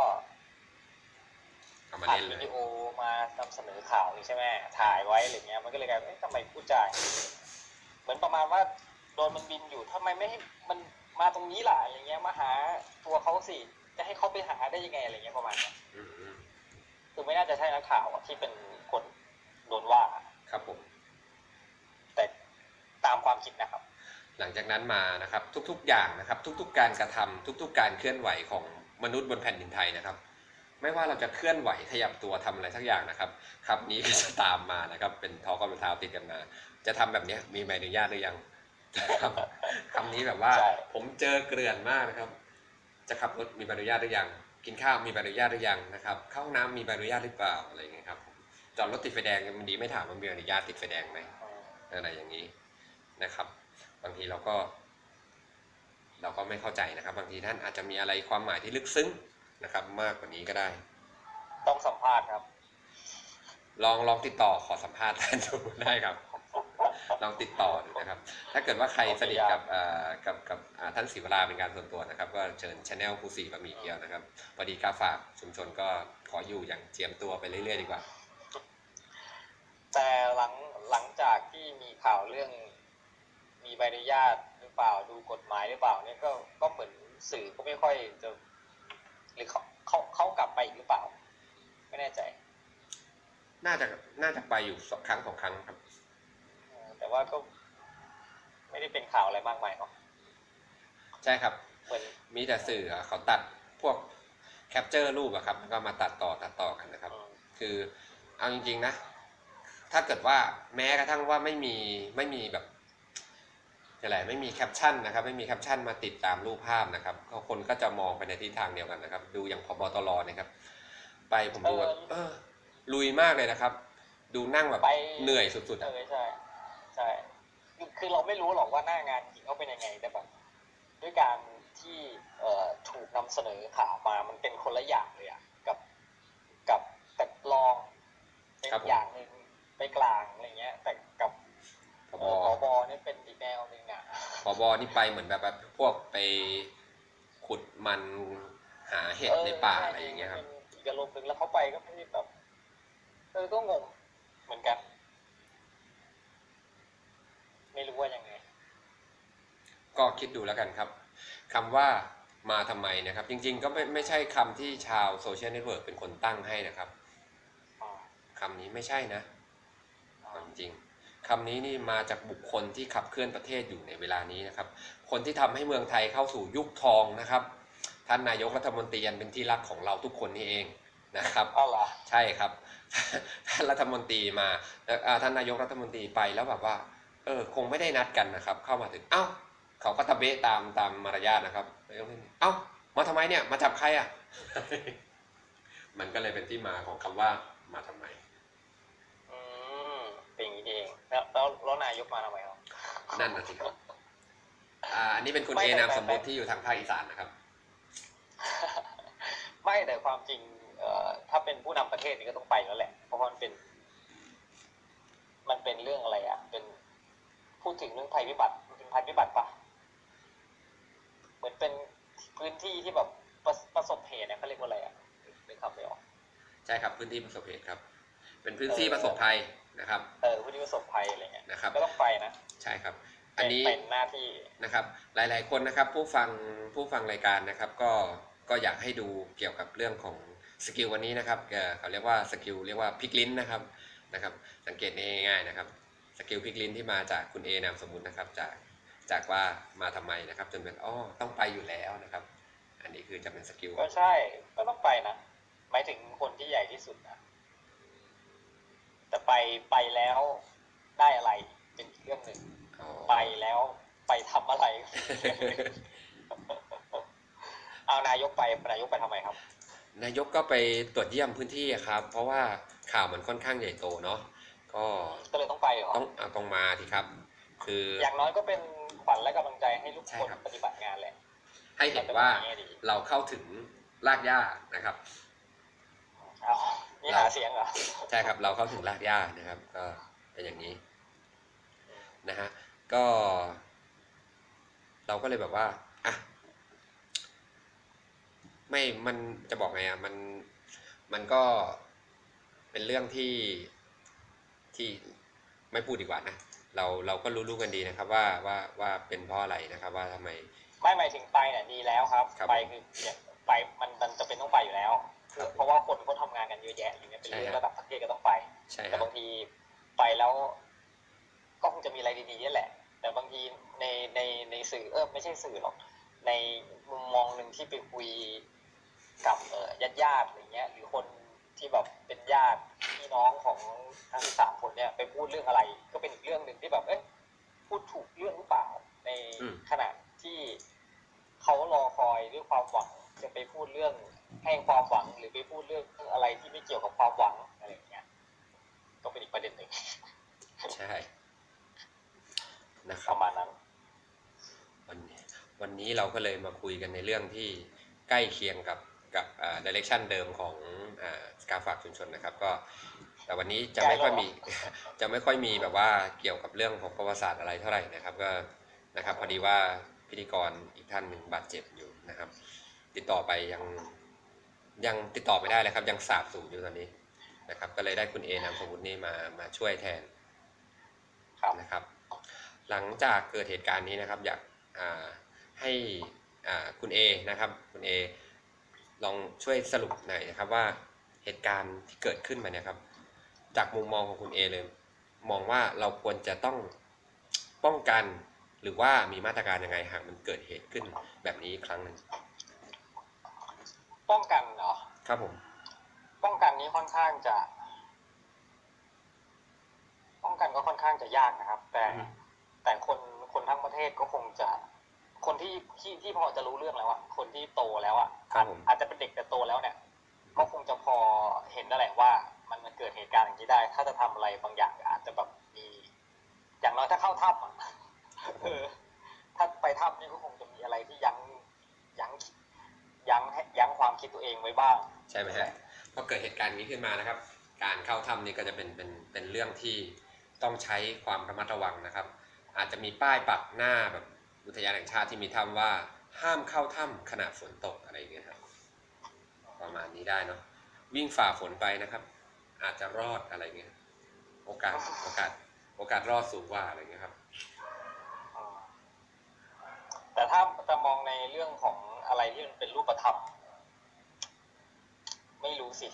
อัดวิดีโอมานำเสนอข่าวนี่ใช่ไหมถ่ายไว้อะไรเงี้ยมันก็เลยกลายเป็นทำไมพูดจาเหมือนประมาณว่าโดนมันบินอยู่ทำไมไม่ให้มันมาตรงนี้ล่ะอะไรเงี้ยมาหาตัวเขาสิจะให้เขาไปหาได้ยังไงอะไรเงี้ยประมาณนี้คือไม่น่าจะใช่นักข่าวที่เป็นคนโดนว่าครับผมแต่ตามความคิดนะครับหลังจากนั้นมานะครับทุกๆอย่างนะครับทุกๆการกระทำทุกๆการเคลื่อนไหวของมนุษย์บนแผ่นดินไทยนะครับไม่ว่าเราจะเคลื่อนไหวขยับตัวทำอะไรสักอย่างนะครับครับนี้ก็จะตามมานะครับเป็นท้อกับรองเท้าติดกันมาจะทำแบบนี้มีใบอนุญาตหรือยังคำนี้แบบว่าผมเจอเกลื่อนมากนะครับจะขับรถมีใบอนุญาตหรือยังกินข้าวมีใบอนุญาตหรือยังนะครับเข้าห้องน้ำมีใบอนุญาตหรือเปล่าอะไรอย่างเงี้ยครับจอดรถติดไฟแดงมันดีไม่ถามว่ามีใบอนุญาตติดไฟแดงไหมอะไรอย่างนี้นะครับบางทีเราก็ไม่เข้าใจนะครับบางทีท่านอาจจะมีอะไรความหมายที่ลึกซึ้งนะครับมากกว่านี้ก็ได้ต้องสัมภาษณ์ครับลองติดต่อขอสัมภาษณ์ท่านดูได้ครับลองติดต่อดูนะครับถ้าเกิดว่าใครสนิทกับท่านศิวราเป็นการส่วนตัวนะครับก็เชิญ Channel ครูศรีบะหมี่เกี๊ยวนะครับพอดีกาฝากชุมชนก็ขออยู่อย่างเจียมตัวไปเรื่อยๆดีกว่าแต่หลังจากที่มีข่าวเรื่องมีใบอนุญาตหรือเปล่าดูกฎหมายหรือเปล่าเนี่ยก็เหมือนสื่อก็ไม่ค่อยจะหรือเขากลับไปอีกหรือเปล่าไม่แน่ใจน่าจะไปอยู่2 ครั้ง 2 ครั้งครับแต่ว่าก็ไม่ได้เป็นข่าวอะไรมากมายเนาะใช่ครับมีแต่สื่อเขาตัดพวกแคปเจอร์รูปอะครับแล้วก็มาตัดต่อกันนะครับคือเอาจริงๆนะถ้าเกิดว่าแม้กระทั่งว่าไม่มีแบบอะไรไม่มีแคปชั่นนะครับไม่มีแคปชั่นมาติดตามรูปภาพนะครับคนก็จะมองไปในทิศทางเดียวกันนะครับดูอย่างผบ.ตร.นะครับไปผมดูลุยมากเลยนะครับดูนั่งแบบเหนื่อยสุดๆใช่คือเราไม่รู้หรอกว่าหน้างานจริงเขาเป็นยังไงแต่แบบด้วยการที่ถูกนำเสนอข่าวมามันเป็นคนละอย่างเลยอะกับแต่ลองเป็นอย่างหนึ่งไปกลางอะไรเงี้ยแต่กับผบ.นี่เป็นอีกแนวหนึ่งอะผบ.นี่ไปเหมือนแบบพวกไปขุดมันหาเห็ดในป่าอะไรอย่างเงี้ยครับอีกอารมณ์หนึ่งแล้วเขาไปก็ไม่ได้แบบก็งงเหมือนกันไม่รู้ว่ายังไงก็คิดดูแล้วกันครับคำว่ามาทำไมนะครับจริงๆก็ไม่ใช่คำที่ชาวโซเชียลเน็ตเวิร์กเป็นคนตั้งให้นะครับคำนี้ไม่ใช่นะจริงๆคำนี้นี่มาจากบุคคลที่ขับเคลื่อนประเทศอยู่ในเวลานี้นะครับคนที่ทำให้เมืองไทยเข้าสู่ยุคทองนะครับท่านนายกรัฐมนตรีอันเป็นที่รักของเราทุกคนนี่เองนะครับใช่ครับท่านรัฐมนตรีมาท่านนายกรัฐมนตรีไปแล้วแบบว่าคงไม่ได้นัดกันนะครับเข้ามาถึงเขาก็ตะเบะตามมารยาทนะครับมาทำไมเนี่ยมาจับใครอ่ะ มันก็เลยเป็นที่มาของคำว่ามาทำไมเป็นอย่างนี้เองแล้วนายกมาทำไมครับนั่นน่ะสิครับอันนี้เป็นคุณเอนามสมมติที่อยู่ทางภาคอีสานนะครับไม่แต่ความจริงถ้าเป็นผู้นำประเทศนี่ก็ต้องไปแล้วแหละเพราะมันเป็นเรื่องอะไรอ่ะเป็นพูดถึงเรื่องภัยพิบัติมันเป็นภัยพิบัติปะเหมือนเป็นพื้นที่ที่แบบประสบเหตุเนี่ยเขาเรียกว่าอะไรอ่ะนึกคำไม่ออกใช่ครับพื้นที่ประสบเหตุครับเป็นพื้นที่ประสบภัยนะครับพื้นที่ประสบภัยอะไรเงี้ยนะครับก็ต้องไปนะใช่ครับอันนี้เป็นหน้าที่นะครับหลายๆคนนะครับผู้ฟังรายการนะครับก็อยากให้ดูเกี่ยวกับเรื่องของสกิลวันนี้นะครับเขาเรียกว่าสกิลเรียกว่าพลิกลิ้นนะครับสังเกตง่ายๆนะครับสกิลพลิกลิ้นที่มาจากคุณเอนามสมมุตินะครับจากว่ามาทำไมนะครับจนเป็นต้องไปอยู่แล้วนะครับอันนี้คือจะเป็นสกิลก็ใช่ก็ต้องไปนะหมายถึงคนที่ใหญ่ที่สุดนะแต่ไปแล้วได้อะไรเป็นอีกเรื่องหนึ่งอ๋อไปแล้วไปทำอะไร เอานายกไปทำไมครับนายกก็ไปตรวจเยี่ยมพื้นที่ครับ เพราะว่าข่าวมันค่อนข้างใหญ่โตเนาะก็เลยต้องไปเหรอต้องมาทีครับ คืออย่างน้อยก็เป็นขวัญและกำลังใจให้ทุกใช่คนครับปฏิบัติงานแหละให้เห็นว่าเราเข้าถึงรากหญ้านะครับเอานี่หาเสียงเหรอใช่ครับเราเข้าถึงรากหญ้านะครับ ก็เป็นอย่างนี้นะฮะก็ เราก็เลยแบบว่าอ่ะมันจะบอกไงอ่ะมันก็เป็นเรื่องที่ไม่พูดดีกว่านะเราก็รู้กันดีนะครับว่าเป็นเพราะอะไรนะครับ ว่าทำไมไม่หมายถึงไปเนี่ยดีแล้วครับครับไปคือเนี่ยไปมันจะเป็นต้องไปอยู่แล้วครับเพราะว่าคนเขาทำงานกันเยอะแยะอย่างเงี้ยเป็นเรื่องระดับประเทศก็ต้องไปใช่คแต่รับบางทีไปแล้วก็คงจะมีอะไรดีๆนี่แหละ แต่บางทีในสื่อไม่ใช่สื่อหรอกในมุมมองหนึ่งที่ไปคุยกับญาติอะไรเงี้ยหรือคนที่แบบเป็นญาติพี่น้องของทั้ง13 คนเนี่ยไปพูดเรื่องอะไรก็เป็นอีกเรื่องหนึ่งที่แบบพูดถูกเรื่องหรือเปล่าในขณะที่เขารอคอยด้วยความหวังจะไปพูดเรื่องให้ความหวังหรือไปพูดเรื่องอะไรที่ไม่เกี่ยวกับความหวังอะไรอย่างเงี้ยก็เป็นอีกประเด็นหนึ่งใช่นะคปรับระมาณนั้นวันนี้เราก็เลยมาคุยกันในเรื่องที่ใกล้เคียงกับdirection เดิมของการฝากชุมชนนะครับก็แต่วันนี้จะไม่ค่อยมี จะไม่ค่อยมีแบบว่าเกี่ยวกับเรื่องของประวัติศาสตร์อะไรเท่าไหร่นะครับก็นะครับพอดีว่าพิธีกรอีกท่านหนึ่งบาดเจ็บอยู่นะครับ ติดต่อไปยังติดต่อไม่ได้เลยครับยังสาบสูญอยู่ตอนนี้นะครับก็เลยได้คุณเอนามสมมุตินี้มาช่วยแทนนะครับ หลังจากเกิดเหตุการณ์นี้นะครับอยากให้คุณเอนะครับคุณเอลองช่วยสรุปหน่อยนะครับว่าเหตุการณ์ที่เกิดขึ้นมาเนี่ยครับจากมุมมองของคุณเอเลยมองว่าเราควรจะต้องป้องกันหรือว่ามีมาตรการยังไงหากมันเกิดเหตุขึ้นแบบนี้อีกครั้งหนึ่งป้องกันเหรอครับผมป้องกันนี้ค่อนข้างจะป้องกันก็ค่อนข้างจะยากนะครับ แต่คนทั้งประเทศก็คงจะคนที่พอจะรู้เรื่องแล้วอะคนที่โตแล้วอะอาจจะเป็นเด็กแต่โตแล้วเนี่ยก็คงจะพอเห็นนั่นแหละว่ามันเกิดเหตุการณ์อย่างนี้ได้ ถ้าจะทำอะไรบางอย่างอาจจะแบบมีอย่างน้อยถ้าเข้าถ้ำอะถ้าไปถ้ำนี่ก็คงจะมีอะไรที่ยั้งความคิดตัวเองไว้บ้างใช่ไหมฮะพอเกิดเหตุการณ์นี้ขึ้นมานะครับการเข้าถ้ำนี่ก็จะเป็นเรื่องที่ต้องใช้ความระมัดระวังนะครับอาจจะมีป้ายปักหน้าแบบอุทยานแห่งชาติที่มีถ้ำว่าห้ามเข้าถ้ำขณะฝนตกอะไรอย่างเงี้ยครับประมาณนี้ได้เนาะวิ่งฝ่าฝนไปนะครับ อาจจะรอดอะไรเงี้ยโอกาสรอดสูงกว่าอะไรเงี้ยครับแต่ถ้าจะมองในเรื่องของอะไรที่มันเป็นรูปธรรมไม่รู้สิ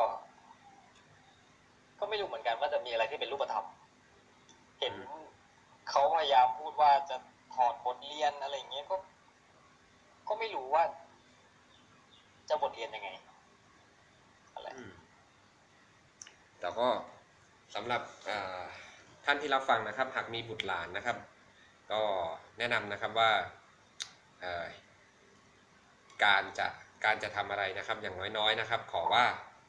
ก็ไม่รู้เหมือนกันว่าจะมีอะไรที่เป็นรูปธรรมเห็นเขาพยายามพูดว่าจะถอดบทเรียนอะไรอย่างเงี้ยก็ไม่รู้ว่าจะบทเรียนยังไงอะไรแต่ก็สำหรับท่านที่รับฟังนะครับหากมีบุตรหลานนะครับก็แนะนำนะครับว่าการจะทำอะไรนะครับอย่างน้อยๆนะครับขอว่า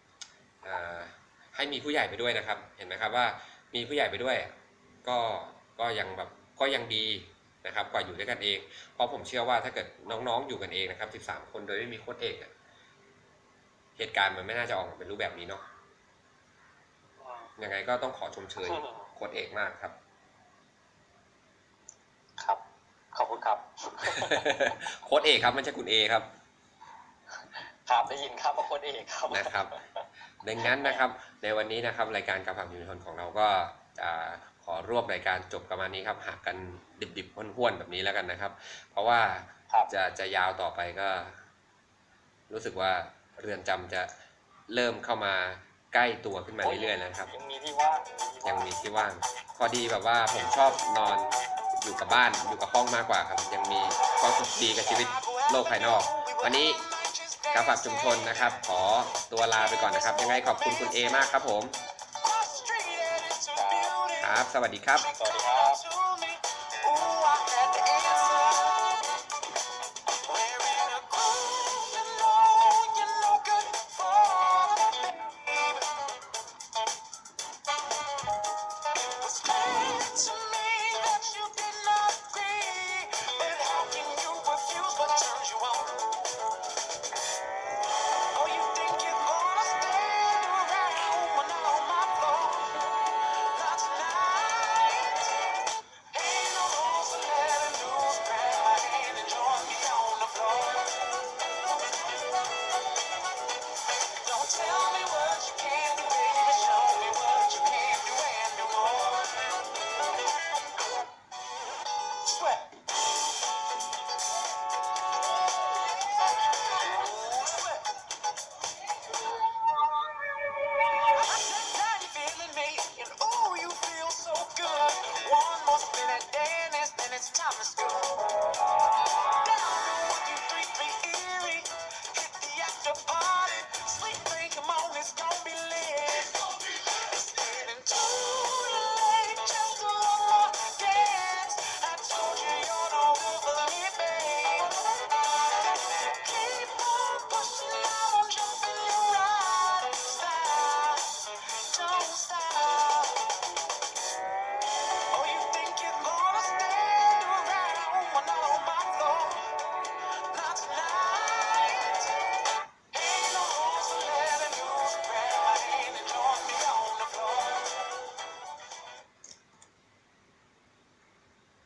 ให้มีผู้ใหญ่ไปด้วยนะครับเห็นไหมครับว่ามีผู้ใหญ่ไปด้วยก็ยังดีนะครับกว่าอยู่ด้วยกันเองเพราะผมเชื่อว่าถ้าเกิดน้องๆอยู่กันเองนะครับ13 คนโดยไม่มีโค้ชเอกเหตุการณ์มันไม่น่าจะออกมาเป็นรูปแบบนี้เนาะยังไงก็ต้องขอชมเชยโค้ชเอกมากครับครับขอบคุณครับโค้ชเอกครับไม่ใช่คุณเอครับครับได้ยินครับว่าโค้ชเอกครับนะครับดังนั้นนะครับในวันนี้นะครับรายการการฝากชุมชนของเราก็จะขอรวบรายการจบประมาณนี้ครับหากกันดิบๆห้วนๆแบบนี้แล้วกันนะครับ เพราะว่าจะยาวต่อไปก็รู้สึกว่าเรือนจำจะเริ่มเข้ามาใกล้ตัวขึ้นมาเรื่อยๆแล้วครับยังมีที่ว่างพอดีแบบว่าผมชอบนอนอยู่กับบ้านอยู่กับห้องมากกว่าครับยังมีความสุขดีกับชีวิตโลกภายนอกวันนี้การฝากชุมชนนะครับขอตัวลาไปก่อนนะครับยังไงขอบคุณคุณเอมากครับผมครับ สวัสดีครับสวัสดี